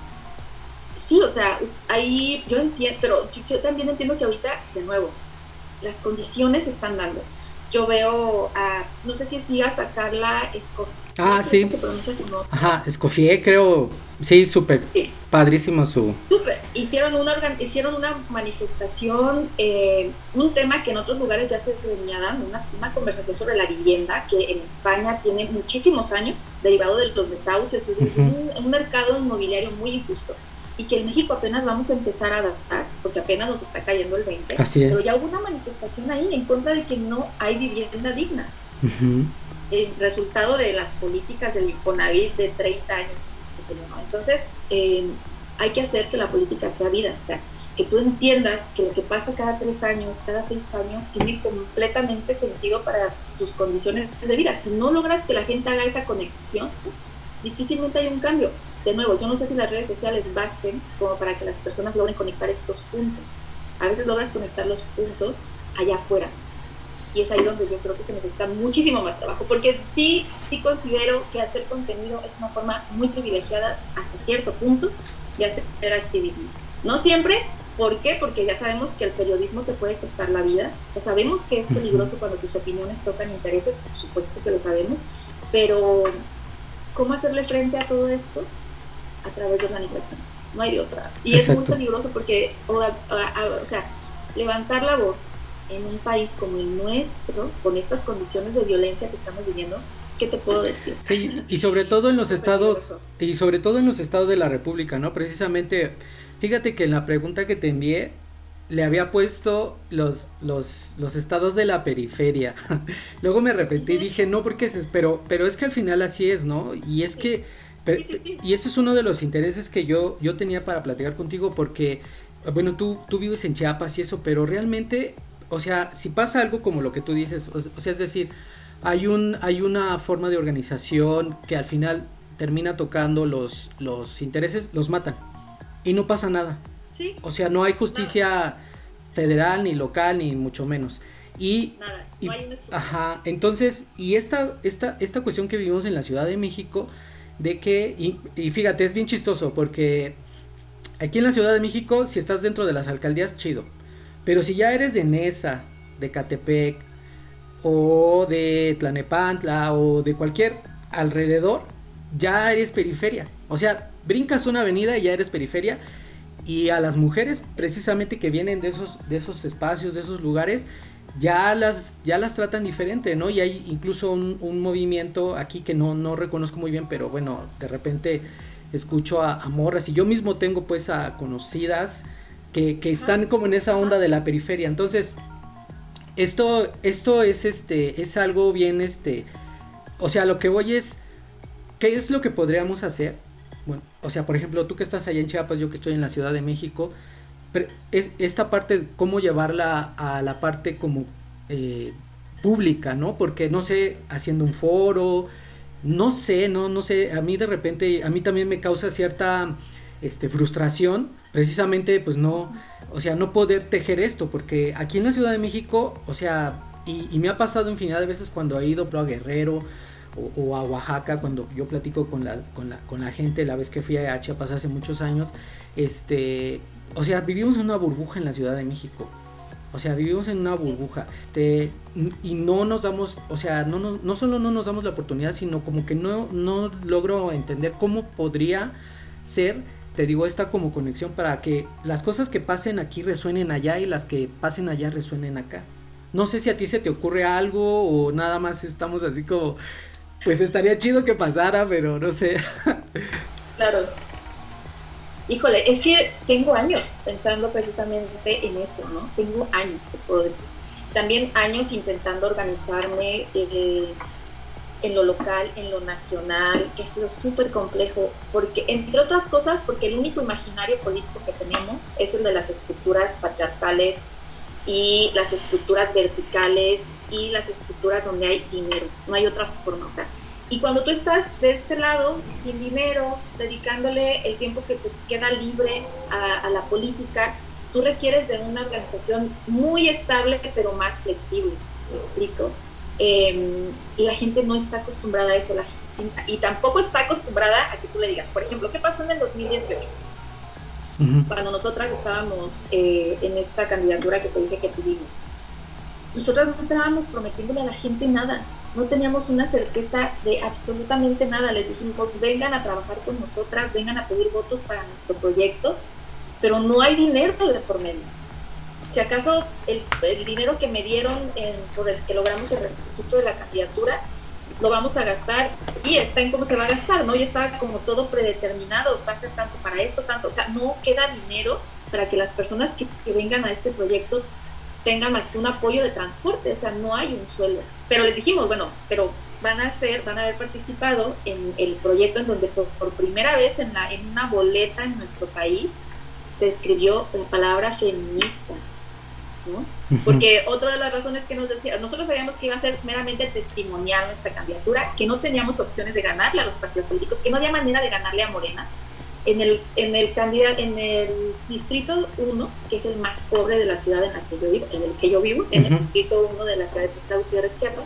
sí, o sea, ahí yo entiendo, pero yo también entiendo que ahorita, de nuevo, las condiciones se están dando. Yo veo no sé si sigas a Carla Escoffier. Sí. Se pronuncia su nombre. Ajá, Escoffier, creo. Sí, súper. Sí. Padrísimo su. Súper. Hicieron una manifestación, un tema que en otros lugares ya se venía dando, una conversación sobre la vivienda, que en España tiene muchísimos años, derivado de los desahucios, un mercado inmobiliario muy injusto, y que en México apenas vamos a empezar a adaptar, porque apenas nos está cayendo el 20. Así es. Pero ya hubo una manifestación ahí en contra de que no hay vivienda digna. El resultado de las políticas del Infonavit de 30 años. Entonces, hay que hacer que la política sea vida, o sea, que tú entiendas que lo que pasa cada 3 años, cada 6 años, tiene completamente sentido para tus condiciones de vida. Si no logras que la gente haga esa conexión, difícilmente hay un cambio. De nuevo, yo no sé si las redes sociales basten como para que las personas logren conectar estos puntos. A veces logras conectar los puntos allá afuera. Y es ahí donde yo creo que se necesita muchísimo más trabajo, porque sí considero que hacer contenido es una forma muy privilegiada hasta cierto punto de hacer activismo. No siempre, ¿por qué? Porque ya sabemos que el periodismo te puede costar la vida, ya sabemos que es peligroso cuando tus opiniones tocan intereses, por supuesto que lo sabemos, pero ¿cómo hacerle frente a todo esto? A través de organización, no hay de otra. Y Exacto. Es muy peligroso porque, o sea, levantar la voz en un país como el nuestro, con estas condiciones de violencia que estamos viviendo, ¿qué te puedo decir? Sí, y sobre todo en los estados, de la República, ¿no? Precisamente, fíjate que en la pregunta que te envié, le había puesto los estados de la periferia. Luego me arrepentí y dije, no, porque pero es que al final así es, ¿no? Y es que, y ese es uno de los intereses que yo tenía para platicar contigo, porque, bueno, tú vives en Chiapas y eso, pero realmente, o sea, si pasa algo como lo que tú dices, o sea, es decir, hay una forma de organización que al final termina tocando los intereses, los matan y no pasa nada. ¿Sí? O sea, no hay justicia federal ni local ni mucho menos. Y nada, no hay ajá, entonces, y esta cuestión que vivimos en la Ciudad de México de que, y fíjate, es bien chistoso porque aquí en la Ciudad de México, si estás dentro de las alcaldías, chido. Pero si ya eres de Nesa, de Catepec, o de Tlanepantla, o de cualquier alrededor, ya eres periferia. O sea, brincas una avenida y ya eres periferia. Y a las mujeres, precisamente que vienen de esos espacios, de esos lugares, ya las tratan diferente, ¿no? Y hay incluso un movimiento aquí que no reconozco muy bien, pero bueno, de repente escucho a morras, y yo mismo tengo pues a conocidas que están como en esa onda de la periferia. Entonces, esto es algo bien, o sea, lo que voy es, ¿qué es lo que podríamos hacer bueno, o sea, por ejemplo, tú que estás allá en Chiapas, yo que estoy en la Ciudad de México, esta parte, cómo llevarla a la parte como pública, ¿no? Porque no sé, haciendo un foro, no sé, a mí de repente, a mí también me causa cierta frustración, precisamente, pues no, o sea, no poder tejer esto, porque aquí en la Ciudad de México, o sea, y me ha pasado infinidad de veces cuando he ido a Guerrero o a Oaxaca, cuando yo platico con la gente, la vez que fui a Chiapas hace muchos años, o sea, vivimos en una burbuja en la Ciudad de México. O sea, vivimos en una burbuja. Y no nos damos, o sea, no solo no nos damos la oportunidad, sino como que no logro entender cómo podría ser, te digo, esta como conexión para que las cosas que pasen aquí resuenen allá y las que pasen allá resuenen acá. No sé si a ti se te ocurre algo o nada más estamos así como, pues estaría chido que pasara, pero no sé. Claro. Híjole, es que tengo años pensando precisamente en eso, ¿no? Tengo años, te puedo decir. También años intentando organizarme en lo local, en lo nacional, que ha sido súper complejo, porque, entre otras cosas, porque el único imaginario político que tenemos es el de las estructuras patriarcales y las estructuras verticales y las estructuras donde hay dinero, no hay otra forma, o sea. Y cuando tú estás de este lado, sin dinero, dedicándole el tiempo que te queda libre a la política, tú requieres de una organización muy estable, pero más flexible, ¿me explico? Y la gente no está acostumbrada a eso, y tampoco está acostumbrada a que tú le digas, por ejemplo, ¿qué pasó en el 2018? Uh-huh. Cuando nosotras estábamos en esta candidatura que te dije que tuvimos. Nosotras no estábamos prometiéndole a la gente nada, no teníamos una certeza de absolutamente nada. Les dijimos, vengan a trabajar con nosotras, vengan a pedir votos para nuestro proyecto, pero no hay dinero de por medio. Si acaso el dinero que me dieron por el que logramos el registro de la candidatura, lo vamos a gastar y está en cómo se va a gastar, ¿no? Ya está como todo predeterminado, va a ser tanto para esto, tanto, o sea, no queda dinero para que las personas que vengan a este proyecto tengan más que un apoyo de transporte, o sea, no hay un sueldo. Pero les dijimos, bueno, pero van a haber participado en el proyecto en donde por primera vez en una boleta en nuestro país se escribió la palabra feminista, ¿no? Porque otra de las razones que nos decía, nosotros sabíamos que iba a ser meramente testimonial nuestra candidatura, que no teníamos opciones de ganarle a los partidos políticos, que no había manera de ganarle a Morena. En el distrito 1, que es el más pobre de la ciudad en el que yo vivo, en el distrito 1 de la ciudad de Tuxtla Gutiérrez, Chiapas,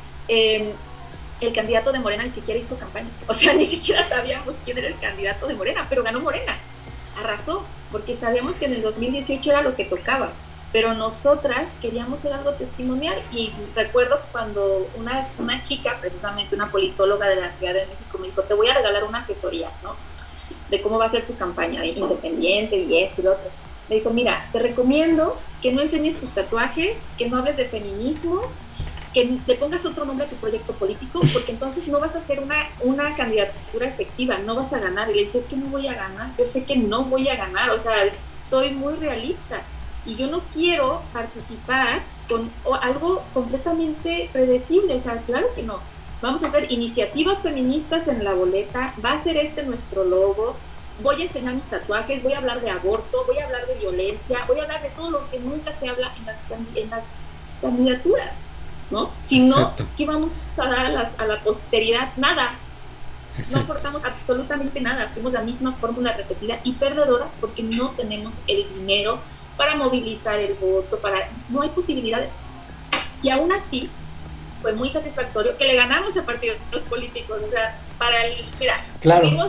el candidato de Morena ni siquiera hizo campaña, o sea, ni siquiera sabíamos quién era el candidato de Morena, pero ganó Morena, arrasó, porque sabíamos que en el 2018 era lo que tocaba, pero nosotras queríamos ser algo testimonial. Y recuerdo cuando una chica, precisamente una politóloga de la Ciudad de México, me dijo, te voy a regalar una asesoría, ¿no?, de cómo va a ser tu campaña independiente y esto y lo otro. Me dijo, mira, te recomiendo que no enseñes tus tatuajes, que no hables de feminismo, que le pongas otro nombre a tu proyecto político, porque entonces no vas a hacer una candidatura efectiva, no vas a ganar. Y le dije, es que no voy a ganar, yo sé que no voy a ganar, o sea, soy muy realista y yo no quiero participar con algo completamente predecible, o sea, claro que no. Vamos a hacer iniciativas feministas en la boleta, va a ser nuestro logo, voy a enseñar mis tatuajes, voy a hablar de aborto, voy a hablar de violencia, voy a hablar de todo lo que nunca se habla en las candidaturas, ¿no? Si no, ¿qué vamos a dar a la posteridad? Nada. Exacto. No aportamos absolutamente nada, fuimos la misma fórmula repetida y perdedora porque no tenemos el dinero para movilizar el voto, no hay posibilidades. Y aún así, fue muy satisfactorio que le ganamos a partidos políticos, o sea, claro, tuvimos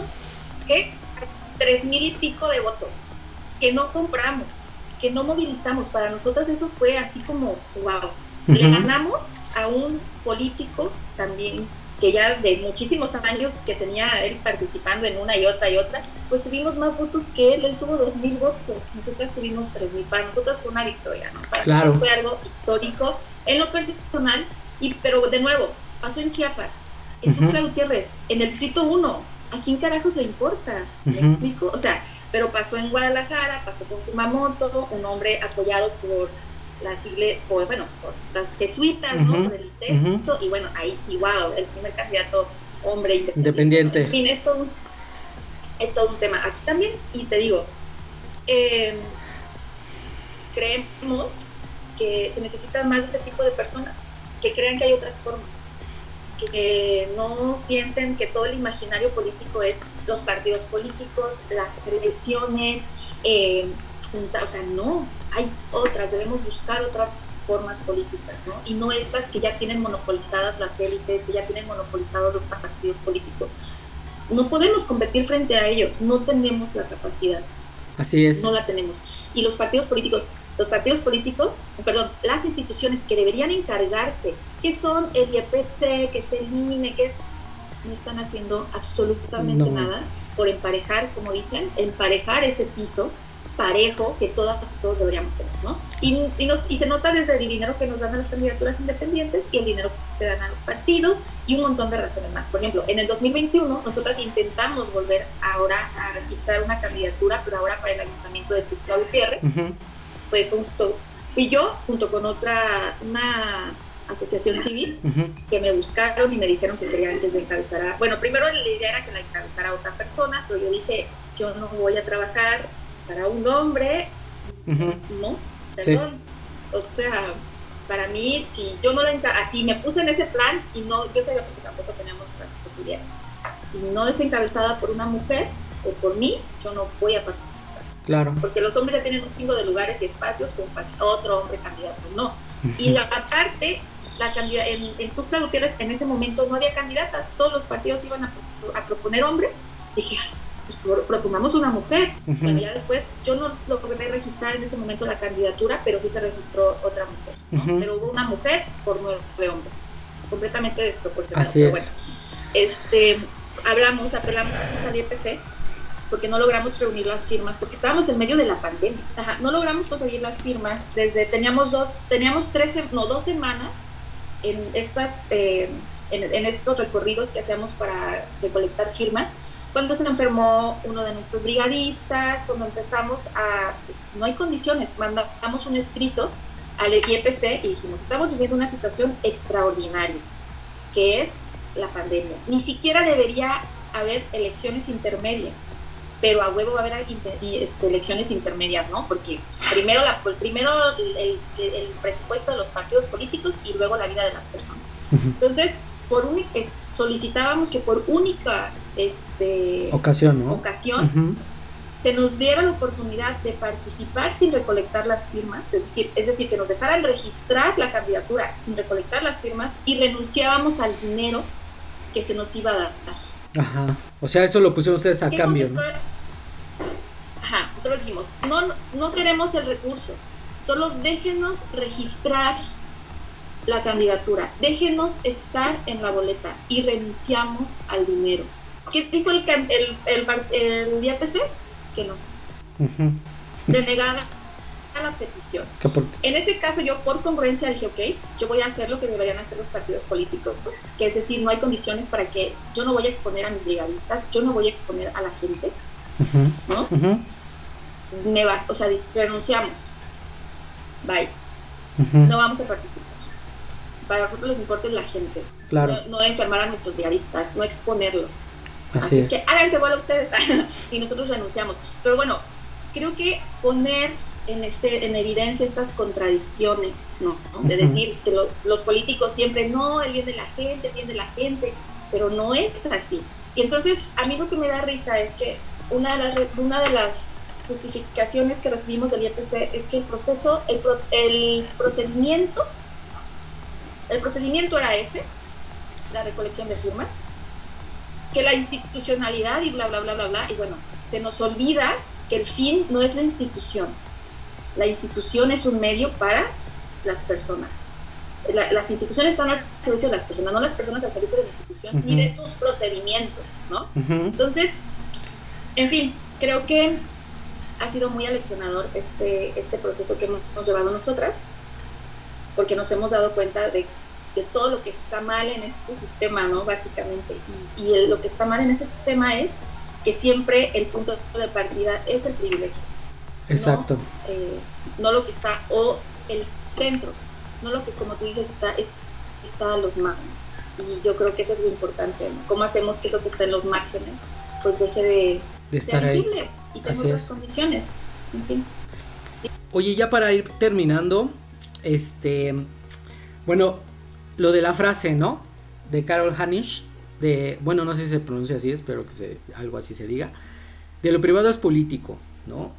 3,000 y pico de votos que no compramos, que no movilizamos. Para nosotros eso fue así como wow. Uh-huh. Le ganamos a un político también que ya de muchísimos años que tenía él participando en una y otra, pues tuvimos más votos que él tuvo 2,000 votos, nosotras tuvimos 3,000, para nosotras fue una victoria, ¿no? Para nosotros fue algo histórico en lo personal. Pero de nuevo, pasó en Chiapas, en Tuxtla Gutiérrez, en el distrito 1, ¿a quién carajos le importa? ¿Me explico? O sea, pero pasó en Guadalajara, pasó con Kumamoto, un hombre apoyado por por las jesuitas, ¿no? Por el ITESO, y bueno, ahí sí, wow, el primer candidato hombre independiente. En fin, es todo un tema. Aquí también, y te digo, creemos que se necesitan más de ese tipo de personas, que crean que hay otras formas, que no piensen que todo el imaginario político es los partidos políticos, las elecciones, o sea, no, hay otras, debemos buscar otras formas políticas, ¿no? Y no estas que ya tienen monopolizadas las élites, que ya tienen monopolizados los partidos políticos. No podemos competir frente a ellos, no tenemos la capacidad. Así es. No la tenemos. Y los partidos políticos, las instituciones que deberían encargarse, que son el IEPC, que es el INE, no están haciendo absolutamente nada por emparejar, como dicen, emparejar ese piso parejo que todas y todos deberíamos tener, ¿no? Y se nota desde el dinero que nos dan a las candidaturas independientes y el dinero que dan a los partidos y un montón de razones más. Por ejemplo, en el 2021 nosotras intentamos volver ahora a registrar una candidatura, pero ahora para el ayuntamiento de Tuxtla Gutiérrez. Uh-huh. Fui yo junto con una asociación civil, uh-huh, que me buscaron y me dijeron que querían que yo encabezara. Bueno, primero la idea era que la encabezara otra persona, pero yo dije, yo no voy a trabajar para un hombre, uh-huh, no, perdón. Sí. O sea, para mí, si yo no así me puse en ese plan y no, yo sabía porque tampoco teníamos otras posibilidades. Si no es encabezada por una mujer o por mí, yo no voy a participar. Claro. Porque los hombres ya tienen un chingo de lugares y espacios con otro hombre candidato, no. Uh-huh. Y aparte, en Tuxtla Gutiérrez en ese momento no había candidatas, todos los partidos iban a proponer hombres. Dije, pues propongamos una mujer. Uh-huh. Bueno, ya después yo no logré registrar en ese momento la candidatura, pero sí se registró otra mujer, ¿no? Uh-huh. Pero hubo una mujer por 9 hombres, completamente desproporcionado. Así pero es. Bueno, apelamos al IEPC porque no logramos reunir las firmas, porque estábamos en medio de la pandemia. Ajá, no logramos conseguir las firmas, teníamos 2 semanas en estos recorridos que hacíamos para recolectar firmas, cuando se enfermó uno de nuestros brigadistas, cuando empezamos no hay condiciones, mandamos un escrito al IEPC y dijimos, estamos viviendo una situación extraordinaria, que es la pandemia. Ni siquiera debería haber elecciones intermedias, pero a huevo va a haber elecciones intermedias, ¿no? Porque primero el presupuesto de los partidos políticos y luego la vida de las personas. Uh-huh. Entonces, solicitábamos que por única ocasión, ¿no? Uh-huh, se nos diera la oportunidad de participar sin recolectar las firmas, es decir, que nos dejaran registrar la candidatura sin recolectar las firmas y renunciábamos al dinero que se nos iba a dar. Ajá, o sea, eso lo pusieron ustedes a cambio, ¿no? Ajá, solo dijimos, no queremos el recurso, solo déjenos registrar la candidatura, déjenos estar en la boleta y renunciamos al dinero. ¿Qué dijo el IEPC? Que no. Uh-huh. Denegada a la petición. En ese caso yo por congruencia dije, ok, yo voy a hacer lo que deberían hacer los partidos políticos, que es decir, no hay condiciones para que yo no voy a exponer a mis brigadistas, yo no voy a exponer a la gente, uh-huh, ¿no? Uh-huh. Renunciamos, bye, uh-huh, no vamos a participar. Para nosotros les importa la gente, claro, no enfermar a nuestros brigadistas, no exponerlos. Así es que háganse bola ustedes y nosotros renunciamos. Pero bueno, creo que poner en evidencia estas contradicciones, ¿no? De decir que los políticos siempre, no, el bien de la gente, pero no es así. Y entonces, a mí lo que me da risa es que una de las justificaciones que recibimos del IEPC es que el procedimiento era ese, la recolección de firmas, que la institucionalidad y bla, bla, bla, bla, bla, y bueno, se nos olvida que el fin no es la institución. La institución es un medio para las personas. Las instituciones están al servicio de las personas, no las personas al servicio de la institución, uh-huh, ni de sus procedimientos, ¿no? Uh-huh. Entonces, en fin, creo que ha sido muy aleccionador este proceso que hemos llevado nosotras, porque nos hemos dado cuenta de todo lo que está mal en este sistema, ¿no? Básicamente. Y lo que está mal en este sistema es que siempre el punto de partida es el privilegio. Exacto. No lo que está, o el centro, no lo que, como tú dices, está a los márgenes. Y yo creo que eso es lo importante, ¿no? ¿Cómo hacemos que eso que está en los márgenes pues deje de estar ahí. visible y con Así otras es. condiciones. En fin. Oye, ya para ir terminando, bueno, lo de la frase, ¿no? De Carol Hanisch, bueno, no sé si se pronuncia así, espero que algo así se diga. De lo privado es político, ¿no?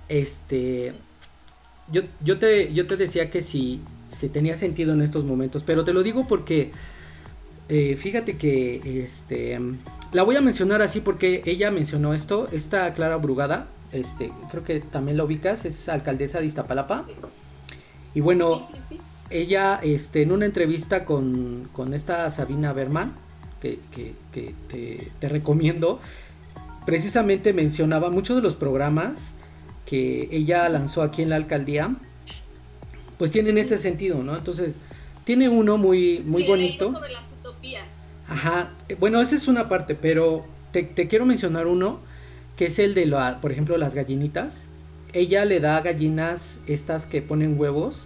Yo te decía que si se tenía sentido en estos momentos, pero te lo digo porque fíjate que la voy a mencionar así porque ella mencionó esto, esta Clara Brugada, creo que también la ubicas, es alcaldesa de Iztapalapa. Y bueno, Sí. ella en una entrevista con esta Sabina Berman, que te recomiendo, precisamente mencionaba muchos de los programas que ella lanzó aquí en la alcaldía, pues tienen este sentido, ¿no? Entonces, tiene uno muy Sí, bonito. sobre las utopías. Ajá, bueno, esa es una parte, pero te quiero mencionar uno, que es el de, por ejemplo, las gallinitas. Ella le da gallinas estas que ponen huevos,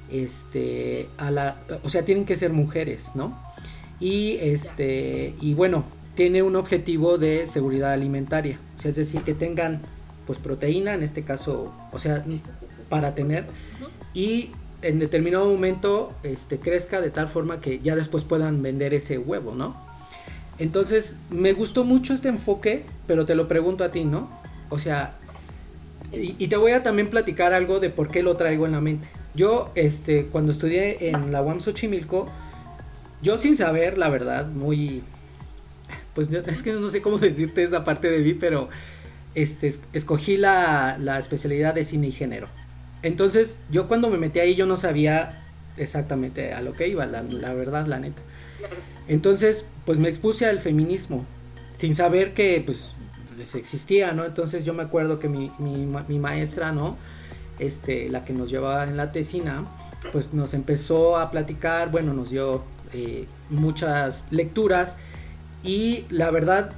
o sea, tienen que ser mujeres, ¿no? Y y bueno, tiene un objetivo de seguridad alimentaria, o sea, es decir, que tengan pues proteína, en este caso, o sea, para tener, y en determinado momento crezca de tal forma que ya después puedan vender ese huevo, ¿no? Entonces, me gustó mucho este enfoque, pero te lo pregunto a ti, ¿no? O sea, y te voy a también platicar algo de por qué lo traigo en la mente. Yo, cuando estudié en la UAM Xochimilco, yo sin saber, la verdad, pues es que no sé cómo decirte esa parte de mí, pero escogí la especialidad de cine y género. Entonces, yo cuando me metí ahí, yo no sabía exactamente a lo que iba, la verdad, la neta. Entonces, pues me expuse al feminismo, sin saber que, pues, existía, ¿no? Entonces, yo me acuerdo que mi maestra, ¿no? La que nos llevaba en la tesina, pues nos empezó a platicar, bueno, nos dio muchas lecturas y la verdad,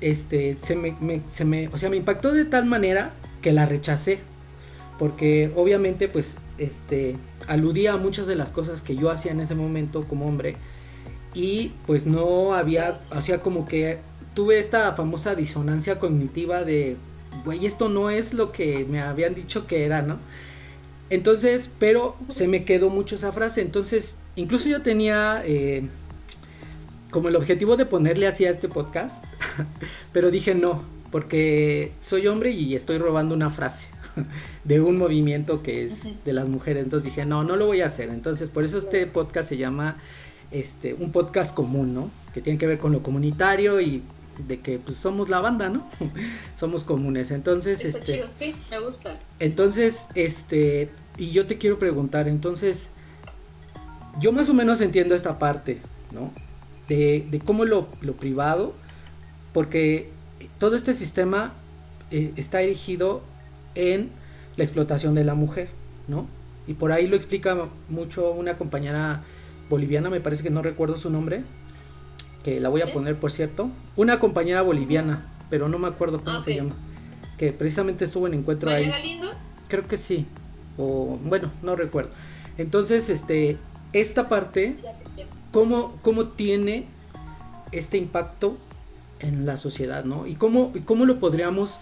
o sea, me impactó de tal manera que la rechacé, porque obviamente, pues, aludía a muchas de las cosas que yo hacía en ese momento como hombre y pues no había, o sea, como que tuve esta famosa disonancia cognitiva de, güey, esto no es lo que me habían dicho que era, ¿no? Entonces, pero se me quedó mucho esa frase, entonces, incluso yo tenía como el objetivo de ponerle así a este podcast, pero dije no, porque soy hombre y estoy robando una frase de un movimiento que es de las mujeres, entonces dije no lo voy a hacer, entonces por eso este podcast se llama un podcast común, ¿no? Que tiene que ver con lo comunitario y de que pues somos la banda, ¿no? Somos comunes, entonces Está chido, sí, me gusta. Entonces, y yo te quiero preguntar, entonces, yo más o menos entiendo esta parte, ¿no? De cómo lo privado, porque todo este sistema está erigido en la explotación de la mujer, ¿no? Y por ahí lo explica mucho una compañera boliviana, me parece que no recuerdo su nombre, que la voy a poner, por cierto, una compañera boliviana, pero no me acuerdo cómo se llama, que precisamente estuvo en encuentro ahí. ¿Galindo? Creo que sí, o bueno, no recuerdo. Entonces, esta parte, ¿cómo tiene este impacto en la sociedad, ¿no? Y cómo lo podríamos,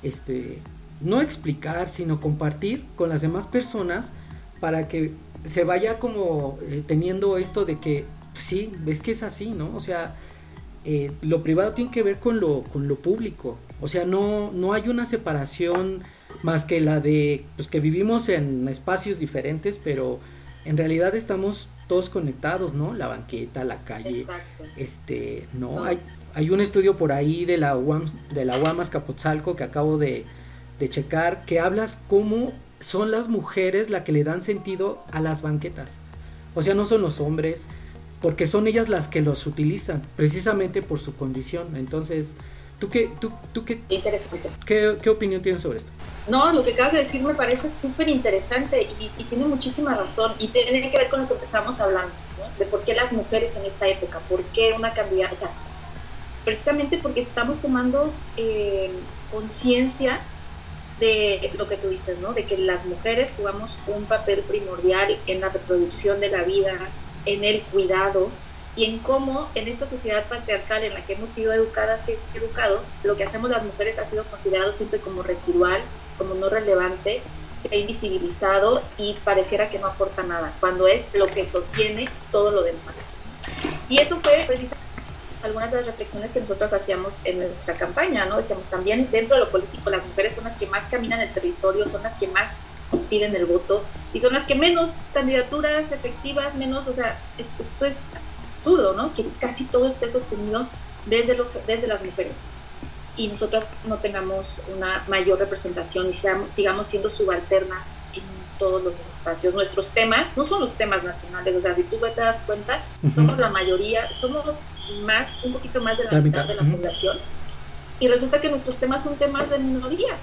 no explicar, sino compartir con las demás personas para que se vaya como teniendo esto de que sí, es que es así, ¿no? O sea, lo privado tiene que ver con lo público. O sea, no hay una separación más que la de pues que vivimos en espacios diferentes, pero en realidad estamos todos conectados, ¿no? La banqueta, la calle. Exacto. No. Hay un estudio por ahí de la UAM Azcapotzalco que acabo de checar, que hablas cómo son las mujeres las que le dan sentido a las banquetas. O sea, no son los hombres, porque son ellas las que los utilizan, precisamente por su condición. Entonces, ¿tú qué Interesante. ¿Qué opinión tienes sobre esto? No, lo que acabas de decir me parece súper interesante y tiene muchísima razón. Y tiene que ver con lo que empezamos hablando, ¿no? De por qué las mujeres en esta época, por qué una candidata, o sea, precisamente porque estamos tomando conciencia de lo que tú dices, ¿no? De que las mujeres jugamos un papel primordial en la reproducción de la vida, en el cuidado, y en cómo en esta sociedad patriarcal en la que hemos sido educadas y educados, lo que hacemos las mujeres ha sido considerado siempre como residual, como no relevante, se ha invisibilizado y pareciera que no aporta nada, cuando es lo que sostiene todo lo demás. Y eso fue precisamente algunas de las reflexiones que nosotras hacíamos en nuestra campaña, ¿no? Decíamos también dentro de lo político las mujeres son las que más caminan el territorio, son las que más piden el voto y son las que menos candidaturas efectivas, menos, o sea, eso es absurdo, ¿no? Que casi todo esté sostenido desde las mujeres y nosotras no tengamos una mayor representación y sigamos siendo subalternas en todos los espacios. Nuestros temas no son los temas nacionales, o sea, si tú te das cuenta, somos la mayoría, somos un poquito más de la mitad de la población y resulta que nuestros temas son temas de minorías.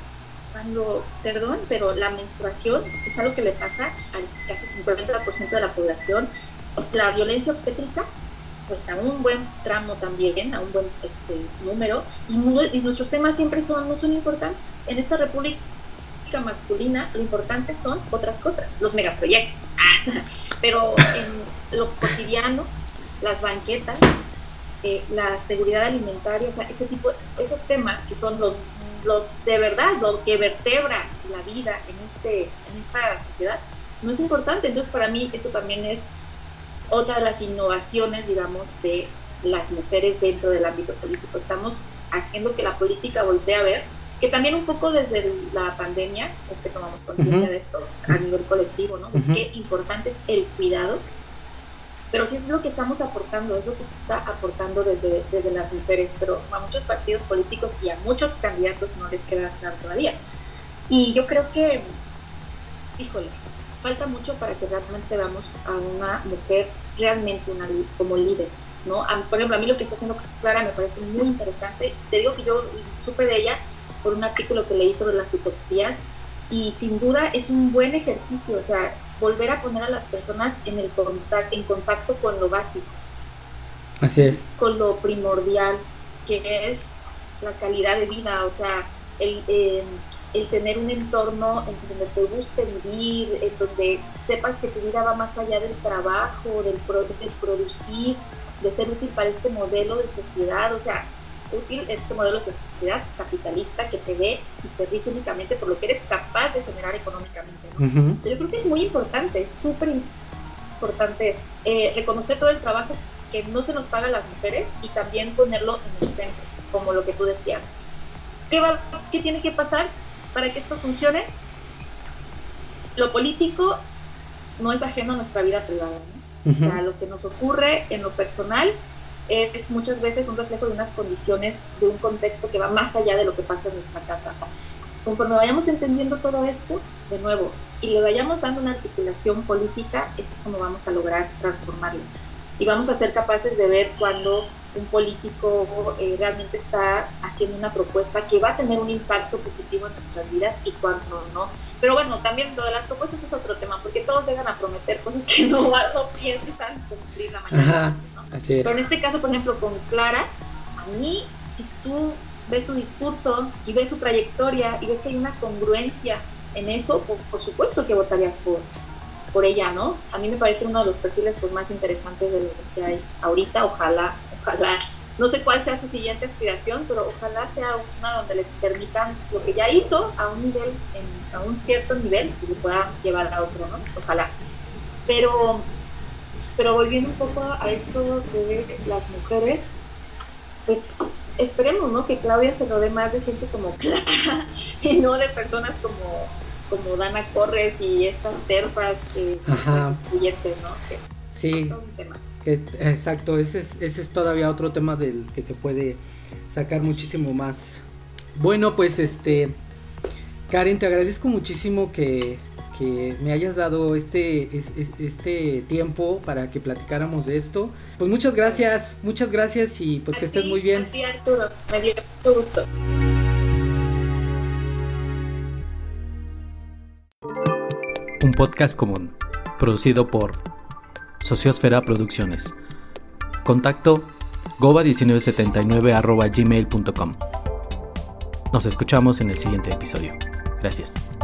Perdón, pero la menstruación es algo que le pasa al casi 50% de la población. La violencia obstétrica, pues a un buen tramo también, a un buen número, y nuestros temas siempre no son importantes. En esta república masculina, lo importante son otras cosas, los megaproyectos, pero en lo cotidiano, las banquetas, la seguridad alimentaria, o sea, esos temas que son los de verdad, lo que vertebra la vida en esta sociedad, no es importante. Entonces, para mí, eso también es otra de las innovaciones, digamos, de las mujeres dentro del ámbito político. Estamos haciendo que la política voltee a ver, que también un poco desde la pandemia es que tomamos conciencia de esto a nivel colectivo, ¿no? De qué importante es el cuidado, pero sí es lo que estamos aportando, es lo que se está aportando desde las mujeres, pero a muchos partidos políticos y a muchos candidatos no les queda claro todavía. Y yo creo que, híjole, falta mucho para que realmente veamos a una mujer realmente como líder, ¿no? Por ejemplo, a mí lo que está haciendo Clara me parece muy interesante. Te digo que yo supe de ella por un artículo que leí sobre las utopías y sin duda es un buen ejercicio, o sea, volver a poner a las personas en contacto con lo básico. Así es. Con lo primordial, que es la calidad de vida, o sea, el tener un entorno en donde te guste vivir, en donde sepas que tu vida va más allá del trabajo, del producir, de ser útil para este modelo de sociedad, o sea, útil este modelo de sociedad capitalista que te ve y se rige únicamente por lo que eres capaz de generar económicamente, ¿no? O sea, yo creo que es muy importante, es súper importante reconocer todo el trabajo que no se nos paga a las mujeres y también ponerlo en el centro, como lo que tú decías. ¿Qué tiene que pasar para que esto funcione? Lo político no es ajeno a nuestra vida privada, ¿no? O sea, lo que nos ocurre en lo personal es muchas veces un reflejo de unas condiciones, de un contexto que va más allá de lo que pasa en nuestra casa. Conforme vayamos entendiendo todo esto, de nuevo, y le vayamos dando una articulación política, es como vamos a lograr transformarlo. Y vamos a ser capaces de ver cuando un político realmente está haciendo una propuesta que va a tener un impacto positivo en nuestras vidas y cuando no. Pero bueno, también lo de las propuestas es otro tema, porque todos llegan a prometer cosas que no piensan cumplir la mayoría de veces, ¿no? Así es. Pero en este caso, por ejemplo, con Clara, a mí, si tú ves su discurso y ves su trayectoria y ves que hay una congruencia en eso, por supuesto que votarías por ella, ¿no? A mí me parece uno de los perfiles pues, más interesantes de lo que hay ahorita. Ojalá, no sé cuál sea su siguiente aspiración, pero ojalá sea una donde les permitan lo que ya hizo a un nivel, a un cierto nivel, y lo pueda llevar a otro, ¿no? Ojalá. Pero volviendo un poco a esto de las mujeres, pues esperemos, ¿no? Que Claudia se rodee más de gente como Clara y no de personas como Dana Corres y estas terfas excluyentes, ¿no? Sí, es un tema. Exacto, ese es todavía otro tema del que se puede sacar muchísimo más. Bueno, pues Karen, te agradezco muchísimo que me hayas dado este tiempo para que platicáramos de esto. Pues muchas gracias y pues que estés muy bien. Sí, Arturo, me dio mucho gusto. Un podcast común, producido por Sociosfera Producciones. Contacto goba1979@gmail.com. Nos escuchamos en el siguiente episodio. Gracias.